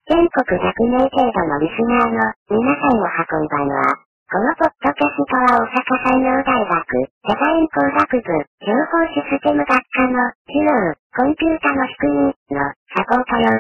全国100名程度のリスナーの皆さんおはこんばんは。このポッドキャストは大阪産業大学デザイン工学部情報システム学科の機能コンピュータの仕組みのサポート用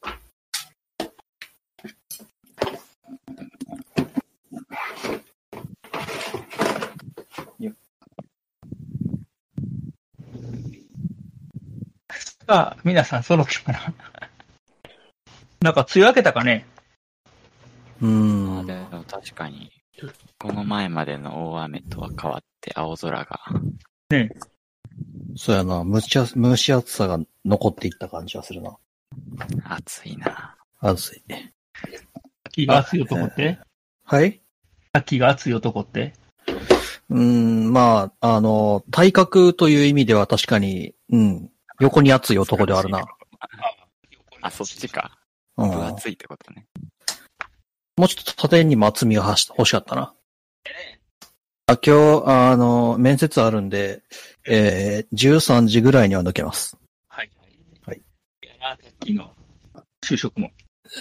です。さあ、皆さん揃ったかななんか梅雨明けたかね。 でも確かに、この前までの大雨とは変わって青空が。 ね。 そうやな、蒸し暑さが残っていった感じはするな。 暑いな。 暑い。 秋が暑い男って、 はい？ 秋が暑い男って、 まあ、体格という意味では確かに、横に暑い男ではあるな。 あ、そっちか。 うん。 分厚いってことね。 もうちょっと縦にも厚みが欲しかったな。今日、面接あるんで、13時ぐらいには抜けます。 はい。 はい。 いやな、さっきの就職も。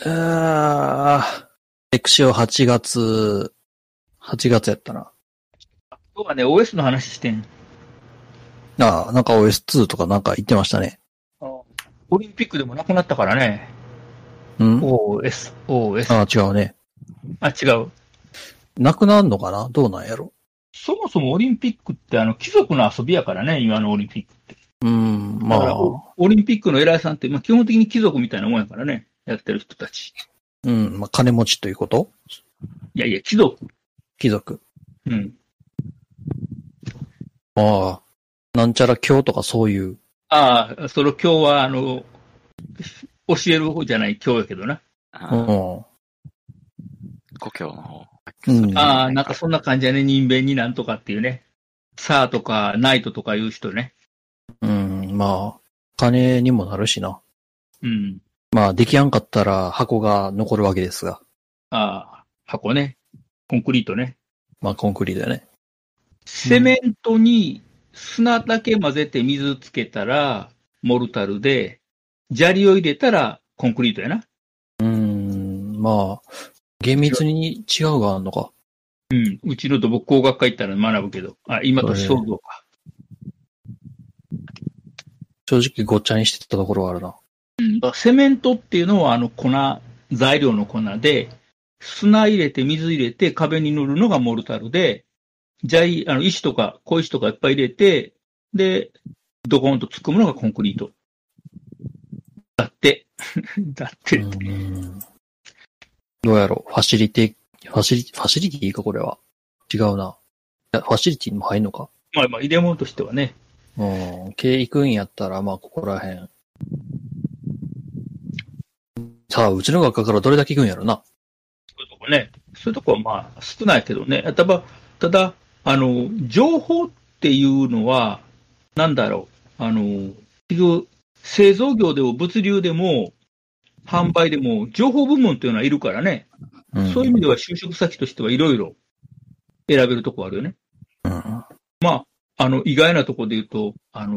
エクシオ8月やったな。 今日はね、OS の話してん。 なんか OS2 とかなんか言ってましたね。 オリンピックでもなくなったからね。OS。 違うね。 違う。 なくなるのかな？どうなんやろ。 そもそもオリンピックって貴族の遊びやからね、今のオリンピックって。 まあ。 だからオリンピックの偉いさんって、基本的に貴族みたいなもんやからね、やってる人たち。 金持ちということ？ いやいや、貴族。 貴族。 うん。 なんちゃら教とかそういう。 その教は、教える方じゃない教やけどな。 故郷の方。 なんかそんな感じやね、人弁になんとかっていうね。さあとか、ナイトとかいう人ね。 まあ、金にもなるしな。まあ、できやんかったら箱が残るわけですが。 箱ね。コンクリートね。 まあ、コンクリートやね。 セメントに砂だけ混ぜて水つけたら、モルタルで、砂利を入れたらコンクリートやな。 まあ、厳密に違うがあんのか。 うちの土木工学科行ったら学ぶけど。今と想像か。 正直ごっちゃにしてたところはあるな。 セメントっていうのは材料の粉で、砂入れて水入れて壁に塗るのがモルタルで、石とか小石とかいっぱい入れて、で、ドコンと突っ込むのがコンクリート。だって。 どうやろう。ファシリティか、これは。違うな。ファシリティにも入んのか。 まあ、入れ物としてはね。 経行くんやったら、まあ、ここら辺。さあ、うちの学科からどれだけ行くんやろな。 そういうとこね。そういうとこはまあ、少ないけどね。ただ、情報っていうのは、なんだろう。製造業でも物流でも、販売でも、情報部門っていうのはいるからね。そういう意味では就職先としてはいろいろ選べるとこあるよね。まあ、意外なところで言うと、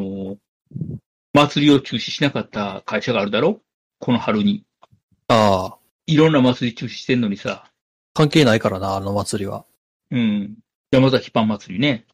祭りを中止しなかった会社があるだろ？この春に。いろんな祭り中止してんのにさ。 関係ないからな、あの祭りは。 山崎パン祭りね。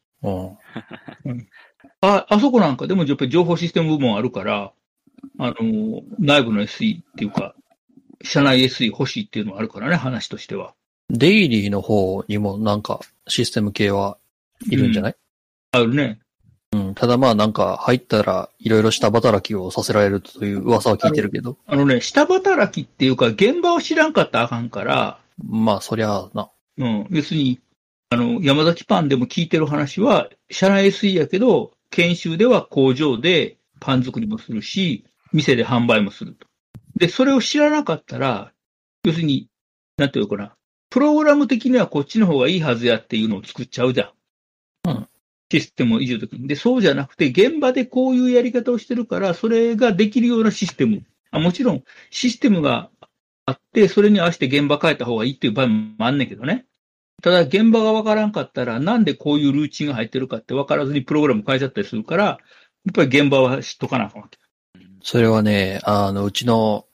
あそこなんかでもやっぱり情報システム部門あるから、内部の SE っていうか、社内 SE 欲しいっていうのはあるからね、話としては。 デイリーの方にもなんかシステム系はいるんじゃない？ あるね。 ただまあなんか入ったらいろいろ下働きをさせられるという噂は聞いてるけど。 下働きっていうか現場を知らんかったらあかんから。 まあそりゃあな。 要するに、山崎パンでも聞いてる話は、社内 SE やけど、研修では工場でパン作りもするし、店で販売もすると。で、それを知らなかったら、要するに、なんていうかな、プログラム的にはこっちの方がいいはずやっていうのを作っちゃうじゃん。システムをいじるときに。で、そうじゃなくて、現場でこういうやり方をしてるから、それができるようなシステム。もちろん、システムがあって、それに合わせて現場変えた方がいいっていう場合もあんねんけどね。ただ、現場がわからんかったら、なんでこういうルーチンが入ってるかってわからずにプログラム変えちゃったりするから、やっぱり現場は知っとかなあかんわけ。 それはね、うちの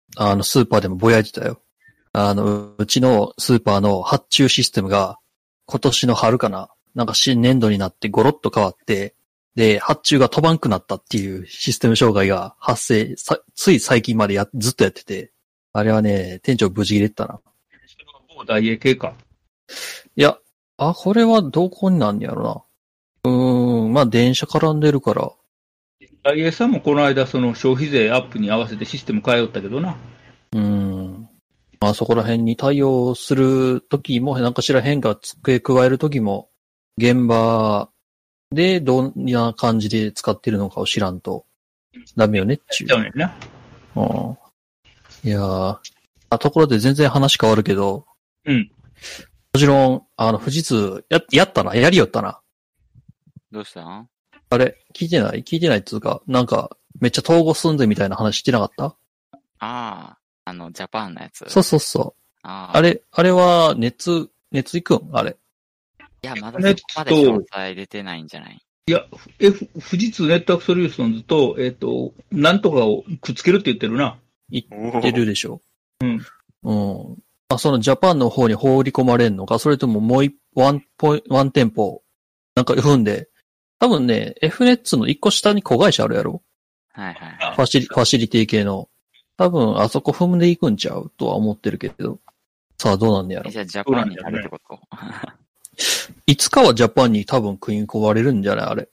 スーパーでもぼやいてたよ。うちのスーパーの発注システムが、今年の春かな、なんか新年度になってゴロッと変わって、で、発注が飛ばんくなったっていうシステム障害が発生、つい最近までずっとやってて、あれはね、店長無事切れてたな。 それは某大英系か。 いや、これはどこになんねやろな。まあ電車絡んでるから。 大英さんもこの間その消費税アップに合わせてシステム変えよったけどな。 まあそこら辺に対応するときも、なんかしら変化付け加えるときも、現場でどんな感じで使ってるのかを知らんとダメよねっちゅう。 ダメな。 いやー、ところで全然話変わるけど、 うん。 もちろん、富士通、やったな、やりよったな。 どうしたん？ あれ、聞いてないっつうか、なんか、めっちゃ統合進んでみたいな話してなかった？ ジャパンのやつ。 そう。あれは、熱いくんあれ。 いや、まだそこまで詳細出てないんじゃない？ いや、富士通ネットワークソリューションズと、なんとかをくっつけるって言ってるな。 言ってるでしょ。 うん。 そのジャパンの方に放り込まれんのか、それとももうワン店舗、なんか踏んで、多分ね、F ネッツの一個下に子会社あるやろ？ はい。 ファシリティ系の。多分、あそこ踏んでいくんちゃうとは思ってるけど。さあ、どうなんねやろ。 じゃあ、ジャパンになるってこと？ いつかはジャパンに多分組み込まれるんじゃないあれ。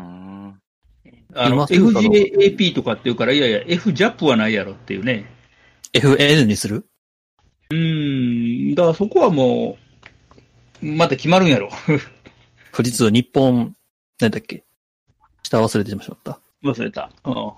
FGAP とかって言うから、いやいや、FJAP はないやろっていうね。 FN にする？ だからそこはもう、また決まるんやろ。 富士通日本、なんだっけ？下忘れてしまった。 忘れた。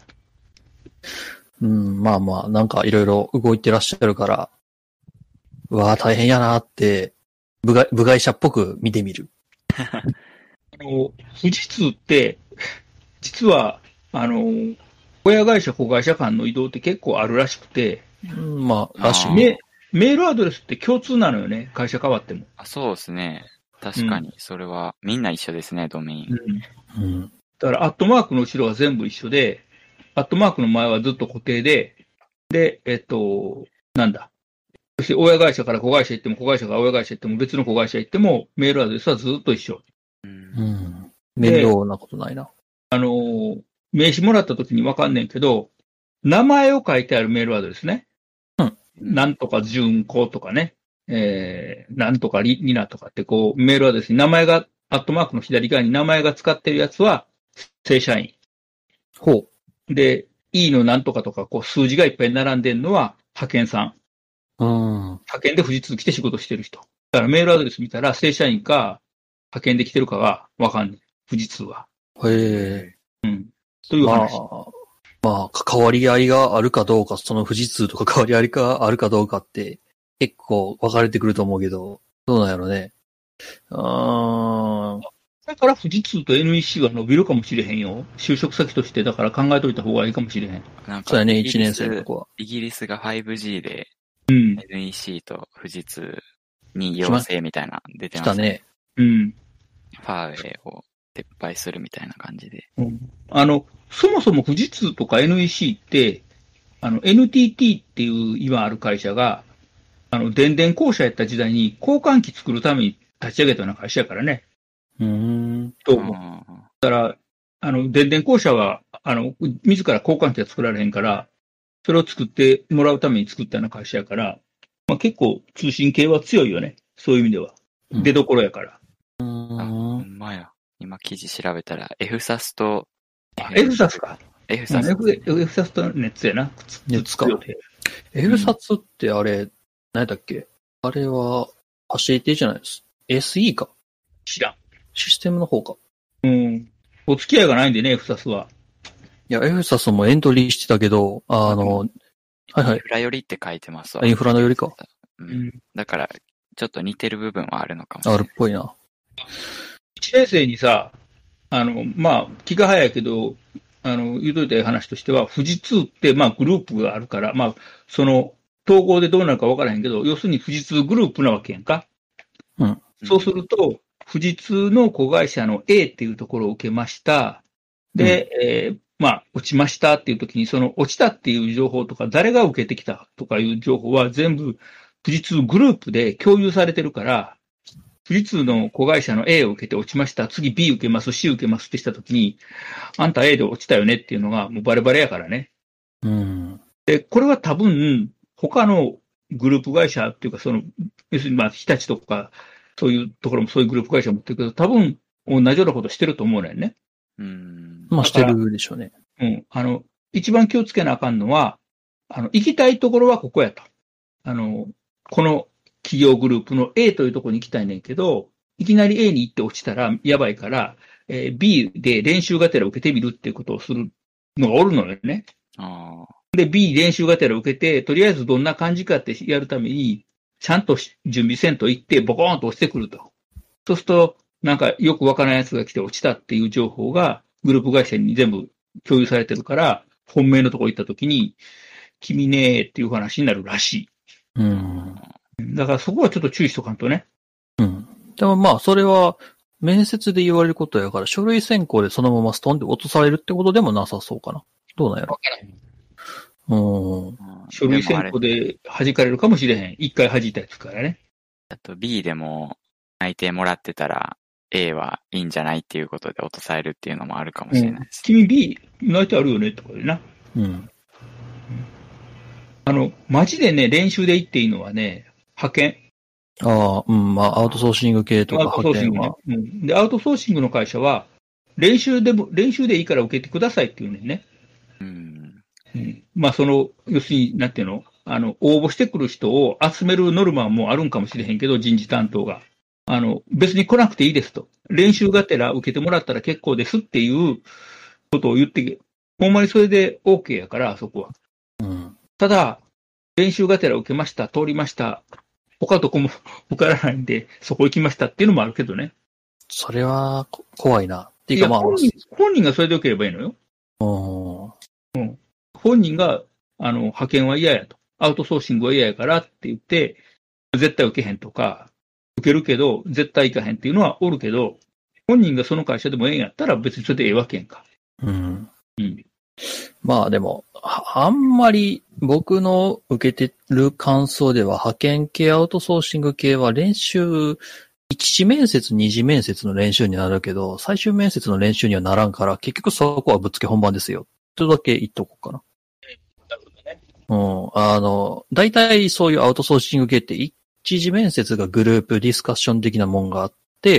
まあ、なんかいろいろ動いてらっしゃるから、うわぁ大変やなーって、部外者っぽく見てみる。 富士通って、実は、親会社、子会社間の移動って結構あるらしくて、 らしい。 メールアドレスって共通なのよね、会社変わっても。 そうですね。確かに、それは、みんな一緒ですね、ドメイン。だから、アットマークの後ろは全部一緒で、アットマークの前はずっと固定で、で、なんだ。そして親会社から子会社行っても、子会社から親会社行っても、別の子会社行っても、メールアドレスはずっと一緒。 面倒なことないな。 名刺もらった時にわかんねんけど、名前を書いてあるメールアドレスね。なんとか純子とかね。なんとかリナとかってこう、メールアドレスに名前が、アットマークの左側に名前が使ってるやつは、正社員。で、E のなんとかとか、こう、数字がいっぱい並んでるのは、派遣さん。派遣で富士通来て仕事してる人。だからメールアドレス見たら、正社員か、派遣で来てるかがわかんない。富士通は。 という話。 関わり合いがあるかどうか、その富士通と関わり合いがあるかどうかって、結構分かれてくると思うけど、どうなんやろね。 だから富士通と NEC は伸びるかもしれへんよ。就職先として、だから考えといた方がいいかもしれへん。 そうやね、1年生のとこは。 イギリスが 5G で、NEC と富士通に要請みたいな出てますね。 来たね。ファーウェイを撤廃するみたいな感じで。 そもそも富士通とか NEC って、NTT っていう今ある会社が、電電公社やった時代に交換機作るために立ち上げたような会社やからね。と思う。だから、電電公社は、自ら交換機は作られへんから、それを作ってもらうために作ったような会社やから、結構通信系は強いよね。そういう意味では。出どころやから。 ほんまや。今記事調べたら、FSAS と、 FSAS か。 FSAS と熱やな。 熱か。FSAS ってあれ、何だっけ？あれは、ファシリティじゃないです。SE か。 知らん。 システムの方か。 お付き合いがないんでね、FSAS は。 いや、FSAS もエントリーしてたけど、 インフラ寄りって書いてますわ。 インフラの寄りか。 だから、ちょっと似てる部分はあるのかもしれない。 あるっぽいな。 1年生にさ、気が早いけど、言うといた話としては、富士通って、グループがあるから、その、統合でどうなるか分からへんけど、要するに富士通グループなわけやんか。そうすると、富士通の子会社の A っていうところを受けました。で、 まあ、落ちましたっていう時に、その落ちたっていう情報とか、誰が受けてきたとかいう情報は全部、富士通グループで共有されてるから、富士通の子会社の A を受けて落ちました。次 B 受けます、C 受けますってした時に、あんた A で落ちたよねっていうのがもうバレバレやからね。 うん。 で、これは多分、他のグループ会社っていうか、要するにまあ、日立とか、そういうところもそういうグループ会社を持ってるけど、多分、同じようなことしてると思うのよね。 まあ、してるでしょうね。 うん。一番気をつけなあかんのは、行きたいところはここやと。この企業グループの A というところに行きたいねんけど、いきなり A に行って落ちたらやばいから、B で練習がてら受けてみるっていうことをするのがおるのよね。で、B 練習がてら受けて、とりあえずどんな感じかってやるために、ちゃんと準備せんと行って、ボコーンと落ちてくると。そうすると、なんかよくわからないやつが来て落ちたっていう情報が、グループ会社に全部共有されてるから、本命のとこ行ったときに、君ねーっていう話になるらしい。 うん。 だからそこはちょっと注意しとかんとね。 うん。でもまあ、それは、面接で言われることやから、書類選考でそのままストンで落とされるってことでもなさそうかな。どうなんやろ。 書類選考で弾かれるかもしれへん。一回弾いたやつからね。 あと B でも内定もらってたら A はいいんじゃないっていうことで落とされるっていうのもあるかもしれないです。 君 B 内定あるよねとかでな。 うん。 マジでね、練習で行っていいのはね、派遣。 ああ、うん、まあ、アウトソーシング系とか派遣は。 ね。で、アウトソーシングの会社は、練習でいいから受けてくださいっていうねんね。まあ、要するに、なんていうの応募してくる人を集めるノルマもあるんかもしれへんけど、人事担当が。別に来なくていいですと。練習がてら受けてもらったら結構ですっていうことを言って、ほんまにそれで OK やから、そこは。ただ、練習がてら受けました、通りました、他どこも受からないんで、そこ行きましたっていうのもあるけどね。 それは怖いな。っていうかまあ、 本人がそれでよければいいのよ。本人が、派遣は嫌やと。アウトソーシングは嫌やからって言って、絶対受けへんとか、受けるけど、絶対行かへんっていうのはおるけど、本人がその会社でもええんやったら別にそれでええわけやんか。 まあでも、あんまり僕の受けてる感想では派遣系、アウトソーシング系は練習、一次面接、二次面接の練習になるけど、最終面接の練習にはならんから、結局そこはぶっつけ本番ですよ。とだけ言っとこうかな。 なるほどね。大体そういうアウトソーシング系って一次面接がグループディスカッション的なもんがあって、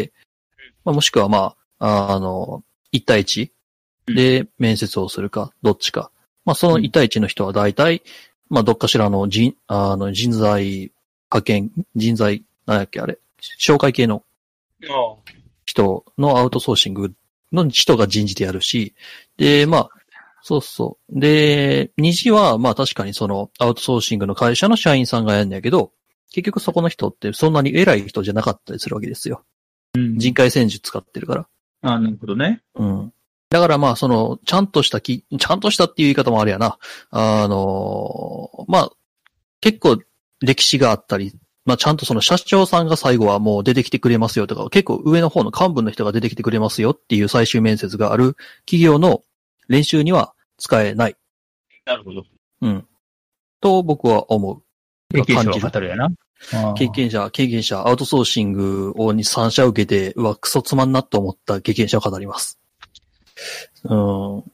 まあ、もしくはまあ、1対1で面接をするか、どっちか。まあ、その1対1の人は大体、まあ、どっかしらの人材派遣、なんやっけあれ、紹介系の人のアウトソーシングの人が人事でやるし、で、まあ、そうそう。で、二次は、まあ確かにそのアウトソーシングの会社の社員さんがやるんだけど、結局そこの人ってそんなに偉い人じゃなかったりするわけですよ。人海戦術使ってるから。 なるほどね。 だからまあちゃんとしたっていう言い方もあれやな。まあ、結構歴史があったり、まあちゃんとその社長さんが最後はもう出てきてくれますよとか、結構上の方の幹部の人が出てきてくれますよっていう最終面接がある企業の練習には使えない。 なるほど。 と僕は思う。 経験者は語るやな。 経験者、アウトソーシングに3社受けて、クソつまんなと思った経験者を語ります。正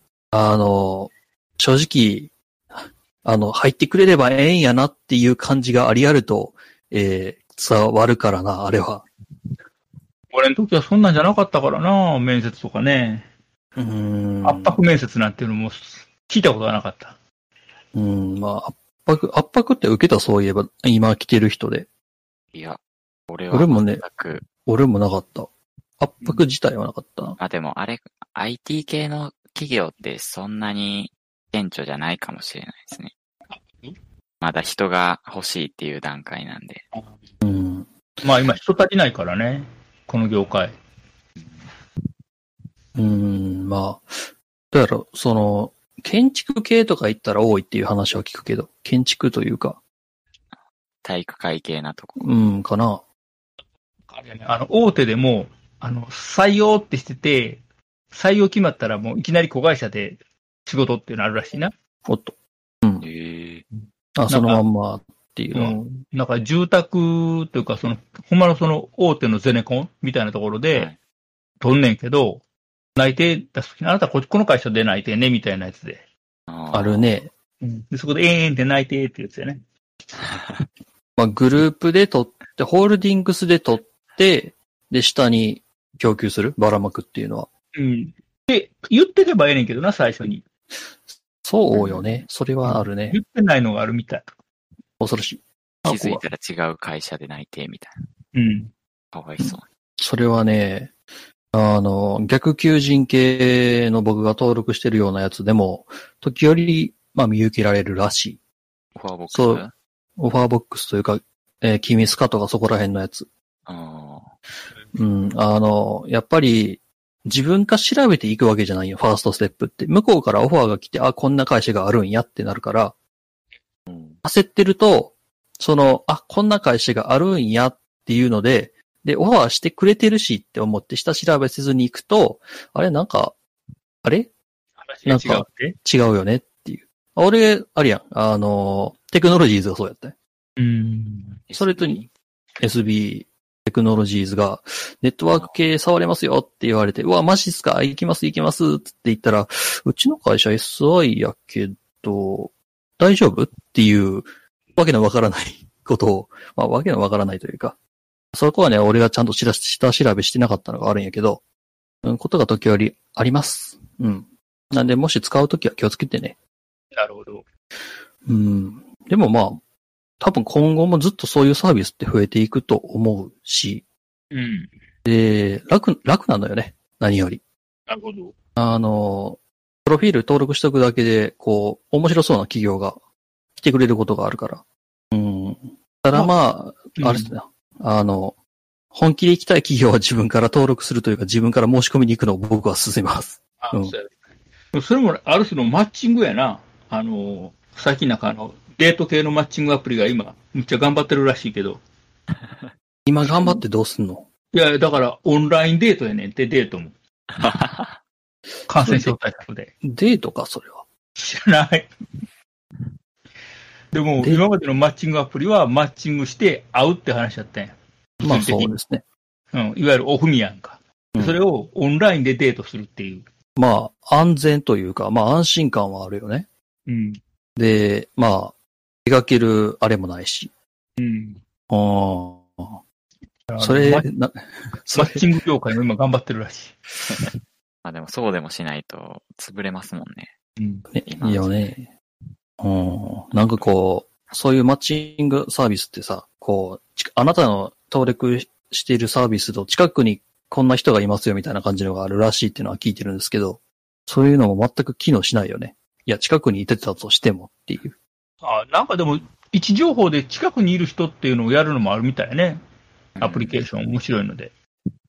直、入ってくれればええんやなっていう感じがありあると、伝わるからな、あれは。 俺の時はそんなんじゃなかったからな、面接とかね。圧迫面接なんていうのも聞いたことがなかった。 まあ、圧迫って受けたそういえば、今来てる人で。 いや、俺もね、 俺もなかった。圧迫自体はなかった。 でもあれ、IT 系の企業ってそんなに顕著じゃないかもしれないですね。まだ人が欲しいっていう段階なんで。 まあ今人足りないからね、この業界。 まあ、どうやろう、建築系とか行ったら多いっていう話は聞くけど、建築というか。 体育会系なとこ。 かな。 大手でも、採用ってしてて、採用決まったらもういきなり子会社で仕事っていうのあるらしいな。 おっと。うん。そのまんまっていうのは。 なんか住宅というか、ほんまの大手のゼネコンみたいなところで、取んねんけど、内定出すときに、あなたこの会社で内定ね、みたいなやつで。 あるね。 でそこでって内定ってやつやね。 まあ、グループで取って、ホールディングスで取って、で、下に供給するばらまくっていうのは。 うん。で、言ってけばええねんけどな、最初に。 そうよね。それはあるね。 言ってないのがあるみたい。 恐ろしい。 気づいたら違う会社で内定みたいな。うん。 かわいそう。 それはね、逆求人系の僕が登録してるようなやつでも、時折、まあ見受けられるらしい。 オファーボックス？ そう。オファーボックスというか、君スカとかそこら辺のやつ。うん。やっぱり、自分から調べていくわけじゃないよ、ファーストステップって。向こうからオファーが来て、こんな会社があるんやってなるから、焦ってると、こんな会社があるんやっていうので、オファーしてくれてるしって思って下調べせずに行くと、なんか違うよねっていう。俺、あれやん、テクノロジーズがそうやったよ。それとに、SB テクノロジーズが、ネットワーク系触れますよって言われて、うわ、マジっすか、行きますって言ったら、うちの会社 SI やけど、大丈夫っていう、わけのわからないことを、まあ、わけのわからないというか、そこはね、俺がちゃんと下調べしてなかったのが悪いんやけど、ことが時折あります。うん。なんで、もし使うときは気をつけてね。 なるほど。 うん。でもまあ、多分今後もずっとそういうサービスって増えていくと思うし。 うん。 で、楽なのよね。何より。 なるほど。 プロフィール登録しとくだけで、面白そうな企業が来てくれることがあるから。うん。ただまあ、あれですね。本気で行きたい企業は自分から登録するというか、自分から申し込みに行くのを僕は勧めます。 それもある種のマッチングやな。最近なんかデート系のマッチングアプリが今、むっちゃ頑張ってるらしいけど。 今頑張ってどうすんの？ いや、だからオンラインデートやねんって、デートも。感染症対策で。 デートか、それは。 知らない。でも、今までのマッチングアプリはマッチングして会うって話だったんや。 まあそうですね。 うん、いわゆるオフミやんか。それをオンラインでデートするっていう。 まあ、安全というか、まあ安心感はあるよね。 うん。 で、まあ、描けるあれもないし。 うん。 それ、 マッチング業界も今頑張ってるらしい。 まあでもそうでもしないと潰れますもんね。 うん。 いいよね。なんかそういうマッチングサービスってさ、あなたの登録しているサービスと近くにこんな人がいますよみたいな感じのがあるらしいっていうのは聞いてるんですけど、そういうのも全く機能しないよね。いや、近くにいてたとしてもっていう。 なんかでも、位置情報で近くにいる人っていうのをやるのもあるみたいね。アプリケーション面白いので。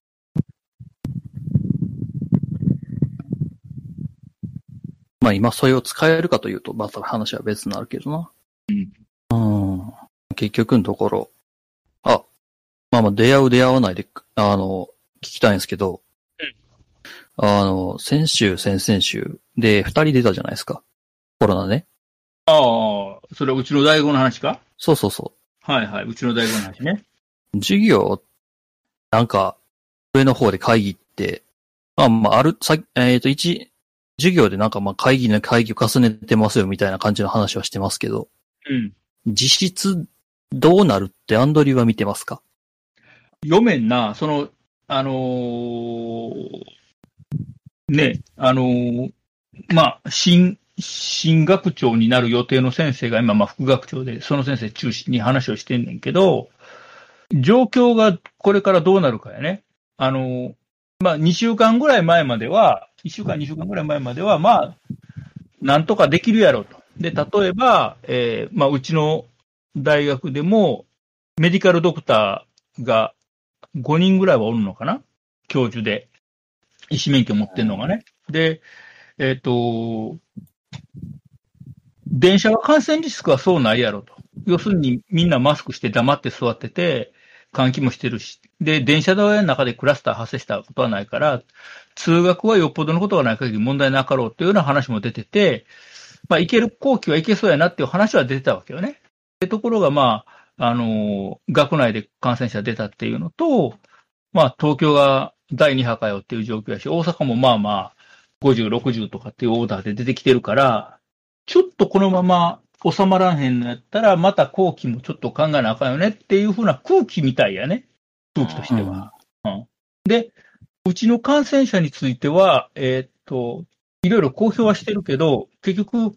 まあ今それを使えるかというと、また話は別になるけどな。結局のところ、まあ出会う出会わないで、聞きたいんですけど、先々週で2人出たじゃないですか。コロナね。 それはうちの大悟の話か？ そうそうそう。 はいはい、うちの大悟の話ね。 授業、なんか、上の方で会議って、授業でなんか会議を重ねてますよみたいな感じの話はしてますけど、実質どうなるってアンドリューは見てますか？ 読めんな、新学長になる予定の先生が今、副学長で、その先生中心に話をしてんねんけど、状況がこれからどうなるかやね。2週間ぐらい前までは、1週間、2週間ぐらい前までは、なんとかできるやろと。で、例えば、うちの大学でも、メディカルドクターが5人ぐらいはおるのかな？教授で。医師免許持ってんのがね。で、電車は感染リスクはそうないやろと。要するにみんなマスクして黙って座ってて、 換気もしてるし、で、電車の中でクラスター発生したことはないから、通学はよっぽどのことがない限り問題なかろうというような話も出てて、まあ、行ける後期は行けそうやなっていう話は出てたわけよね。で、ところが、まあ、学内で感染者出たっていうのと、まあ、東京が第2波かよっていう状況やし、大阪もまあまあ、50、60とかっていうオーダーで出てきてるから、ちょっとこのまま収まらへんのやったら、また後期もちょっと考えなあかんよねっていうふうな空気みたいやね。空気としては。で、うちの感染者については、いろいろ公表はしてるけど、結局、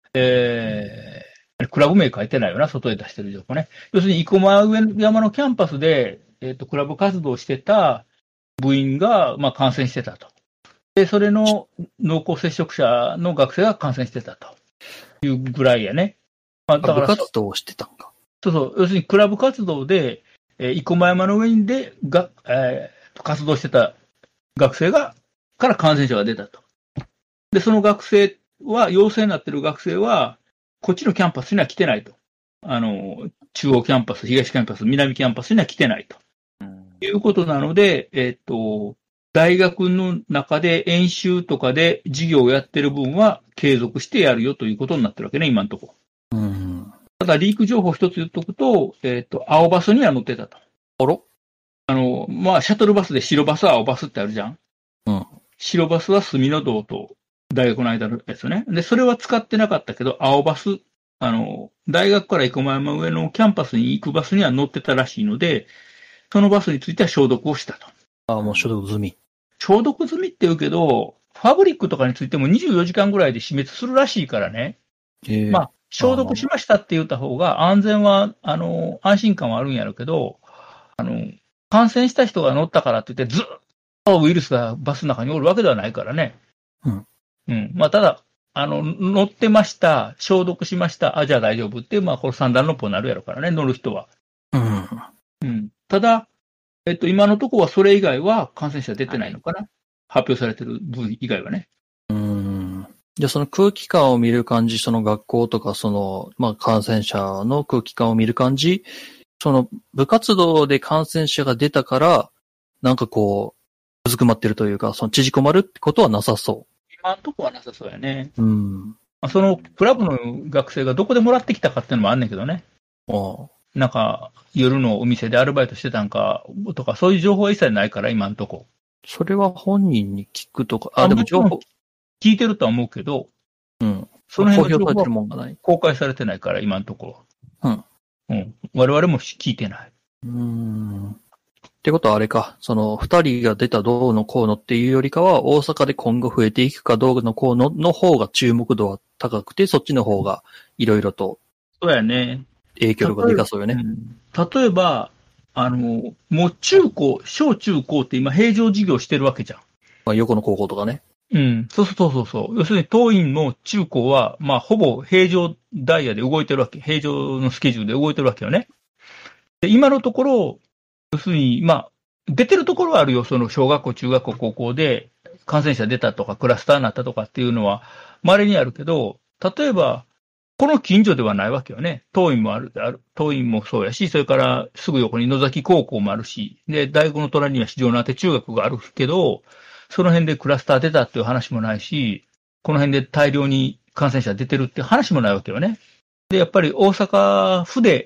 クラブ名書いてないよな、外へ出してる情報ね。要するに、生駒上山のキャンパスで、クラブ活動してた部員が、まあ、感染してたと。で、それの濃厚接触者の学生が感染してたというぐらいやね。まあ、だから部活動をしてたんか。 そうそう。要するに、クラブ活動で、生駒山の上で活動してた学生から感染者が出たと。で、その学生は、陽性になってる学生は、こっちのキャンパスには来てないと。中央キャンパス、東キャンパス、南キャンパスには来てないと。いうことなので、大学の中で演習とかで授業をやってる分は継続してやるよということになってるわけね、今のところ。ただ、リーク情報一つ言っとくと、青バスには乗ってたと。まあ、シャトルバスで白バス、青バスってあるじゃん。白バスは住の道と大学の間のやつね。で、それは使ってなかったけど、青バス、大学から生駒山上のキャンパスに行くバスには乗ってたらしいので、そのバスについては消毒をしたと。 もう消毒済み。 消毒済みって言うけど、ファブリックとかについても24時間ぐらいで死滅するらしいからね。まあ、消毒しましたって言った方が安全は、安心感はあるんやろうけど、感染した人が乗ったからって言ってずっとウイルスがバスの中におるわけではないからね。まあ、ただ、乗ってました、消毒しました、じゃあ大丈夫って、まあ、これ三段論法になるやろからね、乗る人は。ただ、今のところはそれ以外は感染者出てないのかな、発表されてる分以外はね。 じゃあその空気感を見る感じ、その学校とかまあ感染者の空気感を見る感じ、その部活動で感染者が出たから、なんかこう、うずくまってるというか、縮こまるってことはなさそう。 今のところはなさそうやね。そのクラブの学生がどこでもらってきたかっていうのもあんねんけどね。なんか、夜のお店でアルバイトしてたんかとか、そういう情報は一切ないから、今のとこ。 それは本人に聞くとか、でも情報。 聞いてるとは思うけど、その辺の情報は公開されてないから、今のところ。我々も聞いてない。 ってことはあれか、二人が出たどうのこうのっていうよりかは、大阪で今後増えていくかどうのこうのの方が注目度は高くて、そっちの方がいろいろと。 そうやね。 影響力がでかそうよね。 例えば、もう小中高って今平常授業してるわけじゃん。 まあ、横の高校とかね。 そう。要するに当院の中高は、まあ、ほぼ平常ダイヤで動いてるわけ。平常のスケジュールで動いてるわけよね。で、今のところ、要するに、まあ、出てるところはあるよ。その小学校、中学校、高校で感染者出たとか、クラスターになったとかっていうのは、稀にあるけど、例えば、この近所ではないわけよね。当院もある。当院もそうやし、それからすぐ横に野崎高校もあるし、で、大学の隣には四条畷中学があるけど、その辺でクラスター出たっていう話もないし、この辺で大量に感染者出てるっていう話もないわけよね。で、やっぱり大阪府で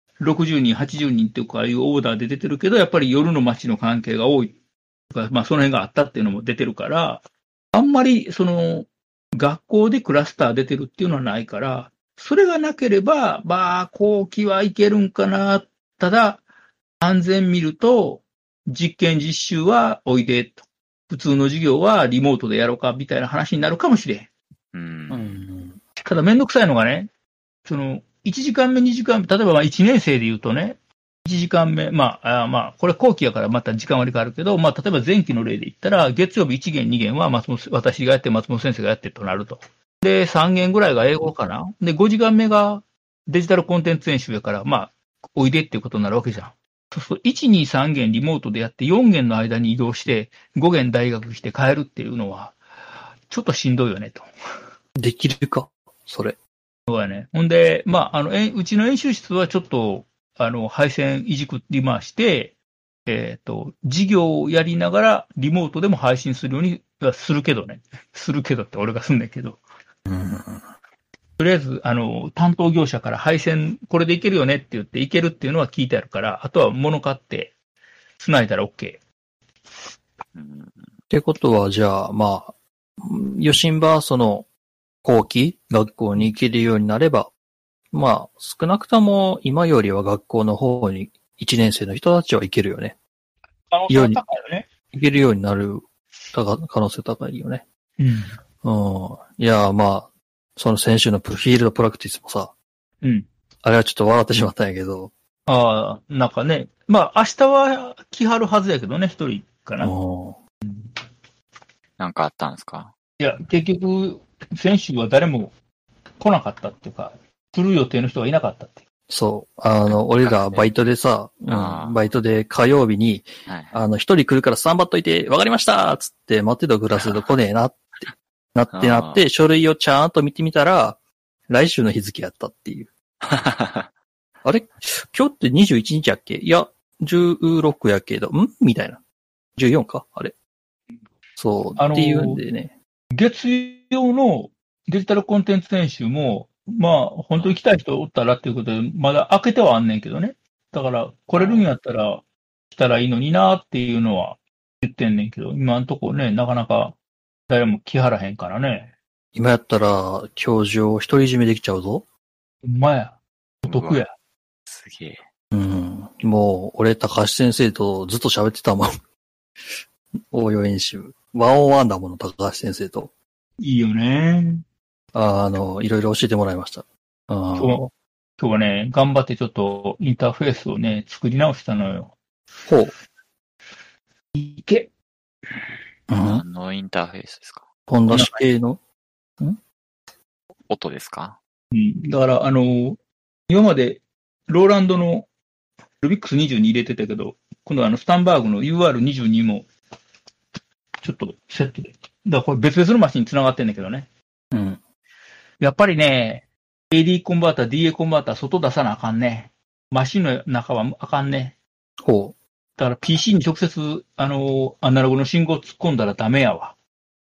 60人、80人っていうか、ああいうオーダーで出てるけど、やっぱり夜の街の関係が多い。まあ、その辺があったっていうのも出てるから、あんまり、学校でクラスター出てるっていうのはないから、それがなければ、まあ、後期はいけるんかな。ただ、安全見ると、実験実習はおいでと。普通の授業はリモートでやろうか、みたいな話になるかもしれん。ただ、めんどくさいのがね、1時間目、2時間目、例えば1年生で言うとね、1時間目、まあ、これ後期やからまた時間割り変わるけど、まあ、例えば前期の例で言ったら、月曜日1限、2限は私がやって、松本先生がやってとなると。で、3限ぐらいが英語かな。で、5時間目がデジタルコンテンツ演習やから、まあ、おいでっていうことになるわけじゃん。そうすると、1、2、3限リモートでやって、4限の間に移動して、5限大学来て帰るっていうのは、ちょっとしんどいよねと。 できるかそれ。 そうやね。ほんで、まあ、うちの演習室はちょっと、 配線いじくり回して、事業をやりながらリモートでも配信するようにはするけどね。するけどって俺がすんだけど。とりあえず、担当業者から配線これでいけるよねって言っていけるっていうのは聞いてあるから、あとは物買って繋いだら OK。 ってことは、じゃあ、まあ、余震はその、後期学校に行けるようになれば、まあ、少なくとも今よりは学校の方に1年生の人たちは行けるよね。 可能性は高いよね。 行けるようになる可能性高いよね。 うん。 いや、まあ、その先週のフィールドプラクティスもさ、 うん。 あれはちょっと笑ってしまったんやけど。 ああ、なんかね。まあ、明日は来はるはずやけどね、一人かな。 なんかあったんですか？ いや、結局、先週は誰も来なかったっていうか、来る予定の人がいなかったっていう。 そう。俺らバイトでさ、バイトで火曜日に、一人来るからスタンバっといて、わかりましたつって待ってたクラスで来ねえなってなって、書類をちゃんと見てみたら、来週の日付やったっていう。あれ今日って21日やっけ？いや、16やけど、みたいな。14かあれ。そう、っていうんでね。 月曜のデジタルコンテンツ研修も、まあ、本当に来たい人おったらっていうことで、まだ開けてはあんねんけどね。だから、来れるんやったら来たらいいのになっていうのは言ってんねんけど、今んとこね、なかなか誰も来はらへんからね。 今やったら、教授を独り占めできちゃうぞ。 ほんまや。お得や。 すげえ。 もう、俺、高橋先生とずっと喋ってたもん。応用演習。101だもの、高橋先生と。 いいよね。 いろいろ教えてもらいました。 今日はね、頑張ってちょっとインターフェースをね、作り直したのよ。 ほう。 いけ。 何のインターフェースですか？ ポン出し系の音ですか？ だから、今まで、ローランドのルビックス22入れてたけど、今度はスタンバーグの UR22 も、ちょっとセットで。だからこれ別々のマシンに繋がってんだけどね。やっぱりね、AD コンバーター、DA コンバーター、外出さなあかんね。マシンの中はあかんね。 ほう。 だから PC に直接、アナログの信号突っ込んだらダメやわ。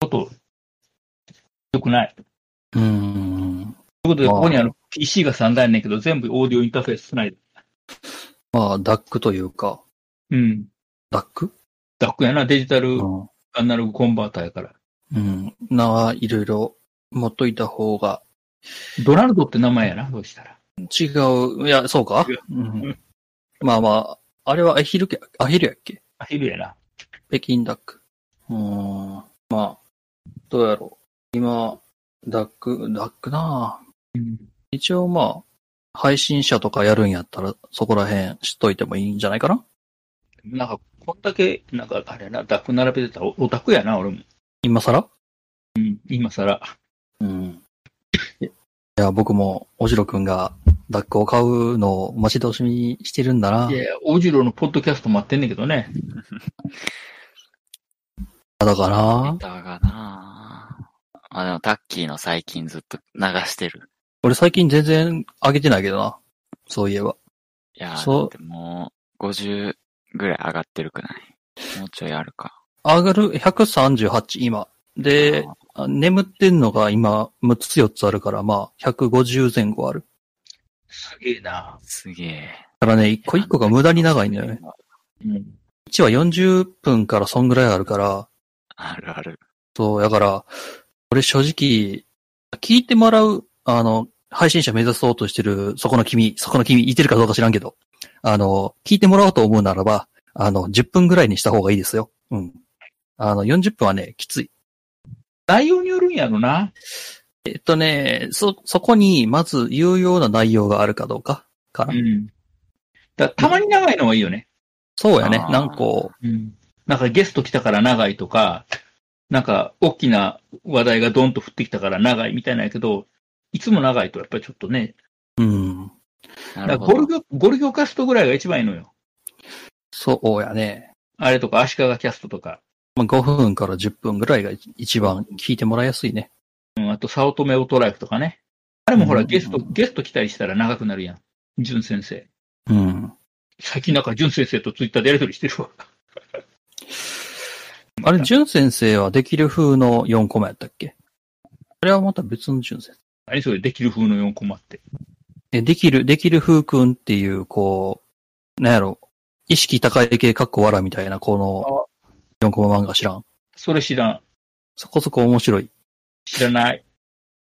良くない。ということで、ここにPC が3台やねんけど、全部オーディオインターフェースつないで。 まあ、DAC というか。DAC？ DAC やな、デジタルアナログコンバーターやから。 いろいろ持っといた方が。 ドナルドって名前やな、どうしたら。 違う。いや、そうか、まあまあ、あれはアヒルやっけ？ アヒルやな。 北京ダック。まあ、どうやろう。今、ダックなぁ。一応まあ、配信者とかやるんやったら、そこら辺知っといてもいいんじゃないかな？ なんか、こんだけ、なんか、あれやな、ダック並べてたらオタクやな、俺も。 今更？ 今更。 いや、僕も、おじろくんが、ダックを買うのを待ち遠しみにしてるんだな。 いや、おじろのポッドキャスト待ってんねんけどね。 だから。 でもタッキーの最近ずっと流してる。 俺最近全然上げてないけどな。そういえば。 いやー、でも50ぐらい上がってるくない？もうちょいあるか。 上がる138今。で、眠ってんのが今6つ4つあるから、まあ150前後ある。 すげえな。 すげえ。 だからね、一個一個が無駄に長いんだよね。1話40分からそんぐらいあるから。 あるある。そう、 だから、俺正直、聞いてもらう、配信者目指そうとしてる、そこの君、いてるかどうか知らんけど、聞いてもらおうと思うならば、10分ぐらいにした方がいいですよ。40分はね、きつい。 内容によるんやろな。 そこに、まず、有用な内容があるかどうか、かな。 たまに長いのはいいよね。 そうやね。なんかゲスト来たから長いとか、なんか、大きな話題がドンと降ってきたから長いみたいなんやけど、いつも長いとやっぱりちょっとね。 なるほど。 ゴルギョキャストぐらいが一番いいのよ。 そうやね。 あれとか、足利キャストとか。 5分から10分ぐらいが一番聞いてもらいやすいね。 あと、早乙女オートライフとかね。あれもほら、ゲスト来たりしたら長くなるやん。淳先生。 うん。 最近なんか、淳先生とツイッターでやりとりしてるわ。 あれ、淳先生はできる風の4コマやったっけ？あれはまた別の淳先生。 何それ、できる風の4コマって。 できる風くんっていう、こう、なんやろ、意識高い系かっこわらみたいな、この4コマ漫画知らん？ それ知らん。 そこそこ面白い。 知らない。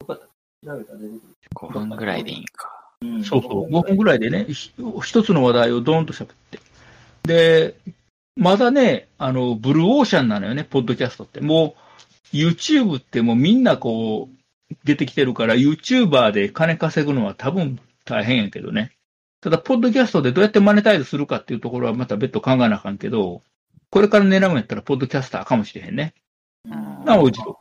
5分ぐらいでいいんか。 そうそう。5分ぐらいでね、一つの話題をドーンと喋って。で、まだね、ブルーオーシャンなのよね、ポッドキャストって。もう、YouTube ってもうみんなこう、出てきてるから、YouTuber で金稼ぐのは多分大変やけどね。ただ、ポッドキャストでどうやってマネタイズするかっていうところはまた別途考えなあかんけど、これから狙うんやったら、ポッドキャスターかもしれへんね。なおじろ。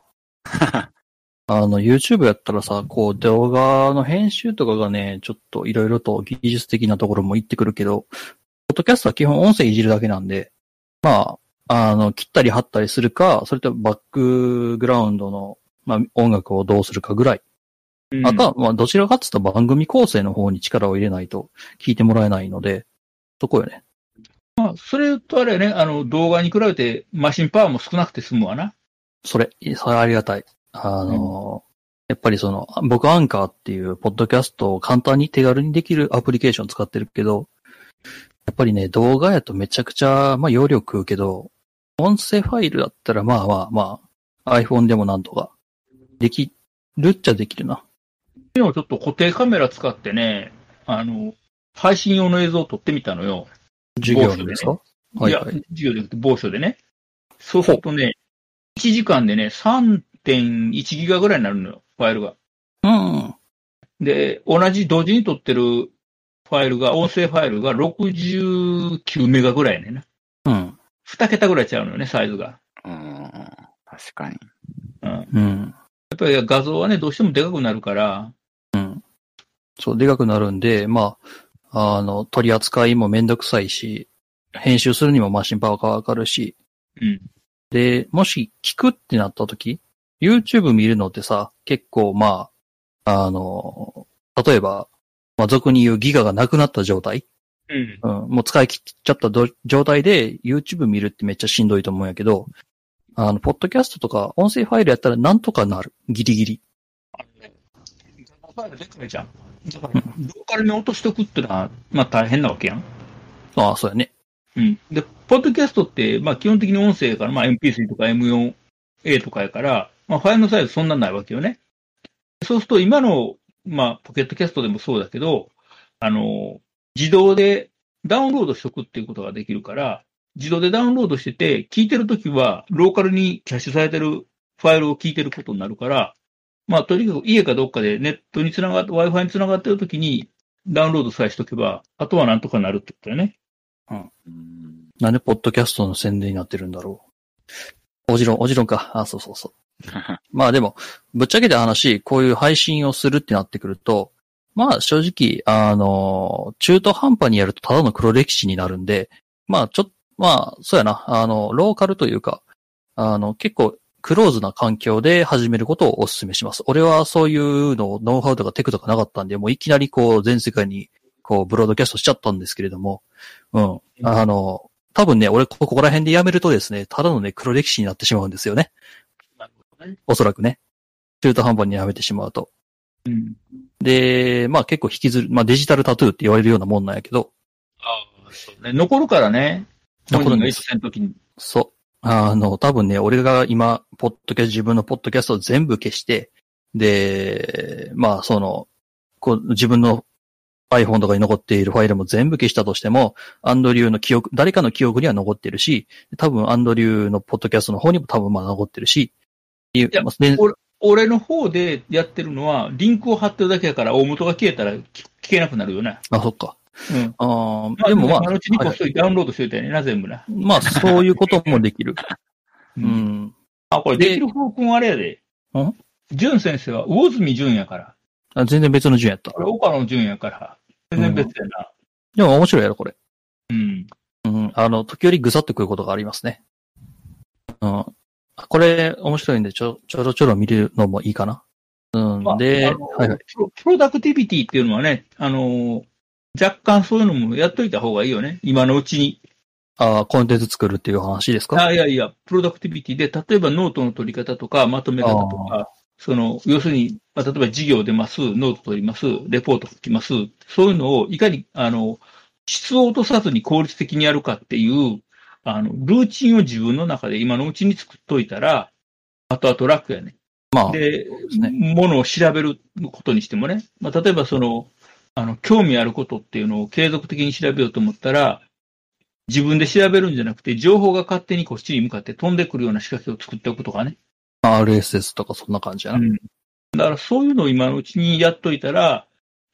YouTube やったらさ、こう、動画の編集とかがね、ちょっといろいろと技術的なところも言ってくるけど、ポッドキャストは基本音声いじるだけなんで、まあ、切ったり貼ったりするか、それとバックグラウンドの、まあ、音楽をどうするかぐらい。あとは、まあ、どちらかって言ったら番組構成の方に力を入れないと聞いてもらえないので、そこよね。 まあ、それとあれね、動画に比べてマシンパワーも少なくて済むわな。 それありがたい。やっぱり僕アンカーっていうポッドキャストを簡単に手軽にできるアプリケーション使ってるけど、やっぱりね、動画やとめちゃくちゃ、まあ、容量食うけど、音声ファイルだったらまあ iPhone でもなんとか、できるっちゃできるな。 昨日ちょっと固定カメラ使ってね、配信用の映像を撮ってみたのよ。 授業のですか？ いや、授業じゃなくて某所でね。そうするとね、1時間でね、3.1 ギガぐらいになるのよ、ファイルが。 うん。 で、同じ同時に撮ってるファイルが、音声ファイルが69メガぐらいやねんな。 うん。 2桁ぐらいちゃうのよね、サイズが。 確かに。 うん。やっぱり画像はね、どうしてもでかくなるから。 うん。そう、でかくなるんで、まあ、取り扱いもめんどくさいし、編集するにもマシンパワーがかかるし。 うん。 で、もし聞くってなった時、YouTube 見るのってさ、結構まあ、例えば、まあ、俗に言うギガがなくなった状態。 うん。 もう使い切っちゃった状態で YouTube 見るってめっちゃしんどいと思うんやけど、ポッドキャストとか音声ファイルやったらなんとかなる。ギリギリ。 ファイルでかいじゃん。だから、ローカルに落としとくってのは、まあ大変なわけやん。 ああ、そうやね。 うん。で、ポッドキャストって、まあ基本的に音声やから、まあ MP3 とか M4A とかやから、まあファイルのサイズそんなないわけよね。そうすると今の、まあポケットキャストでもそうだけど、自動でダウンロードしとくっていうことができるから、自動でダウンロードしてて、聞いてるときは、ローカルにキャッシュされてるファイルを聞いてることになるから、まあ、とにかく家かどっかでネットにつながって、Wi-Fi につながってるときにダウンロードさえしとけば、あとはなんとかなるってことだよね。 うん。なんでポッドキャストの宣伝になってるんだろう。おじろんか。あ、そうそうそう。まあでも、ぶっちゃけた話、こういう配信をするってなってくると、まあ正直、中途半端にやるとただの黒歴史になるんで、まあそうやな、ローカルというか、結構クローズな環境で始めることをお勧めします。俺はそういうのノウハウとかテクとかなかったんで、もういきなりこう全世界にこうブロードキャストしちゃったんですけれども、うん。多分ね、俺ここら辺でやめるとですね、ただのね、黒歴史になってしまうんですよね。おそらくね。中途半端にやめてしまうと。 うん。 で、まあ結構引きずる、まあデジタルタトゥーって言われるようなもんなんやけど。 ああ、そうね。残るからね。 残るんです。そう。多分ね、俺が今、自分のポッドキャストを全部消して、で、まあこう自分の iPhone とかに残っているファイルも全部消したとしても、アンドリューの記憶、誰かの記憶には残ってるし、多分アンドリューのポッドキャストの方にも多分まあ残ってるし、 いや、俺の方でやってるのは、リンクを貼ってるだけだから、大元が消えたら聞けなくなるよね。 あ、そっか。 うん。でもまあ、うちにこっそりダウンロードしておいたよねな、全部な。 まあ、そういうこともできる。うん。 あ、これできる方君あれやで。淳先生は魚住淳やから。 あ、全然別の淳やった。 これ岡野淳やから。全然別やな。 でも面白いやろ、これ。 うん。 うん。時折ぐさっとくることがありますね。うん。これ、面白いんで、ちょろ見るのもいいかな。うん。で、 はいはい。プロダクティビティっていうのはね、 若干そういうのもやっといた方がいいよね。今のうちに。 コンテンツ作るっていう話ですか？ いやいや、プロダクティビティで、例えばノートの取り方とか、まとめ方とか、要するに、例えば授業出ます、ノート取ります、レポート書きます。そういうのをいかに、質を落とさずに効率的にやるかっていう、ルーチンを自分の中で今のうちに作っといたら、後々楽やね。で、ものを調べることにしてもね。例えば興味あることっていうのを継続的に調べようと思ったら、自分で調べるんじゃなくて、情報が勝手にこっちに向かって飛んでくるような仕掛けを作っておくとかね。 RSS とかそんな感じやな。 だからそういうのを今のうちにやっといたら、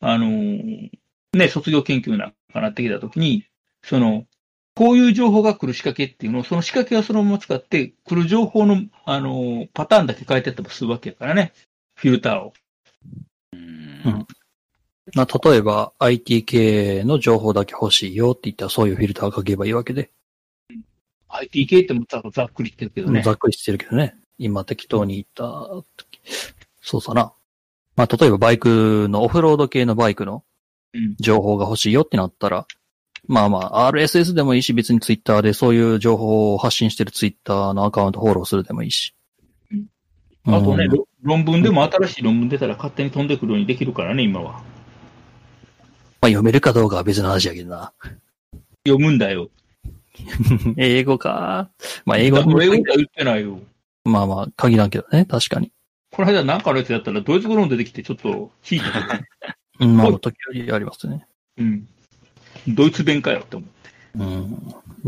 卒業研究なんかなってきたときに、こういう情報が来る仕掛けっていうのを、その仕掛けをそのまま使って、来る情報の、パターンだけ変えていったりするわけやからね。フィルターを。 例えば IT 系の情報だけ欲しいよって言ったらそういうフィルターをかければいいわけで。 IT 系ってもざっくりしてるけどね。 ざっくりしてるけどね。今適当に言った時。そうさな。例えばバイクのオフロード系のバイクの情報が欲しいよってなったら、RSS でもいいし、別に Twitter でそういう情報を発信してる Twitter のアカウントフォローするでもいいし。 あとね、論文でも新しい論文出たら勝手に飛んでくるようにできるからね、今は。 読めるかどうかは別の話やけどな。 読むんだよ。 英語か。 英語は言ってないよ。 限らんけどね、確かに。 この間なんかのやつやったらドイツ語論出てきてちょっと引いたけど。時折ありますね。 ドイツ弁かよって思って。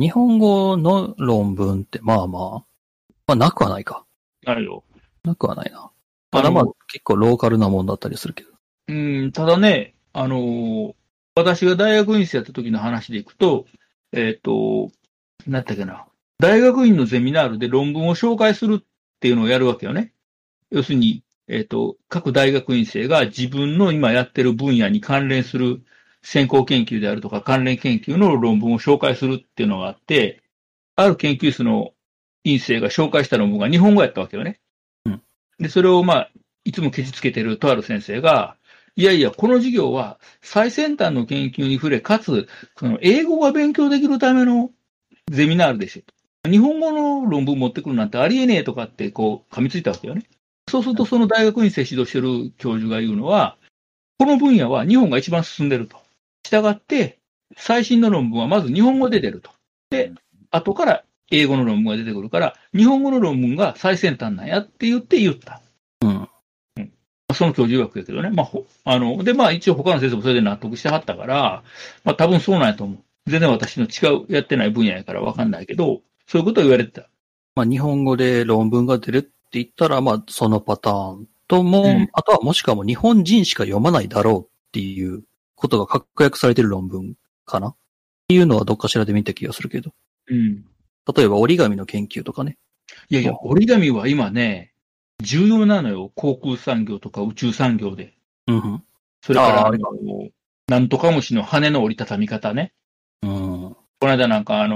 日本語の論文ってなくはないか。 あるよ。 なくはないな。ただ結構ローカルなもんだったりするけど。 ただね、私が大学院生やった時の話でいくと、なんだっけな。大学院のゼミナールで論文を紹介するっていうのをやるわけよね。要するに、各大学院生が自分の今やってる分野に関連する先行研究であるとか関連研究の論文を紹介するっていうのがあって、ある研究室の院生が紹介した論文が日本語やったわけよね。で、それをいつもケチつけてるとある先生が、いやいや、この授業は最先端の研究に触れ、かつ、英語が勉強できるためのゼミナールですよ。日本語の論文持ってくるなんてありえねえとかって噛みついたわけよね。そうするとその大学院生指導してる教授が言うのは、この分野は日本が一番進んでると。したがって、最新の論文はまず日本語で出ると。で、後から英語の論文が出てくるから、日本語の論文が最先端なんやって言った。その教授曰くやけどね。一応他の先生もそれで納得してはったから、多分そうなんやと思う。全然私のやってない分野やからわかんないけど、そういうことを言われてた。 日本語で論文が出るって言ったら、そのパターンとも、あとはもしかも日本人しか読まないだろうっていうことが確約されてる論文かなっていうのはどっかしらで見た気がするけど。例えば折り紙の研究とかね。 いやいや、折り紙は今ね、重要なのよ。航空産業とか宇宙産業で。それからなんとか虫の羽の折りたたみ方ね。この間なんか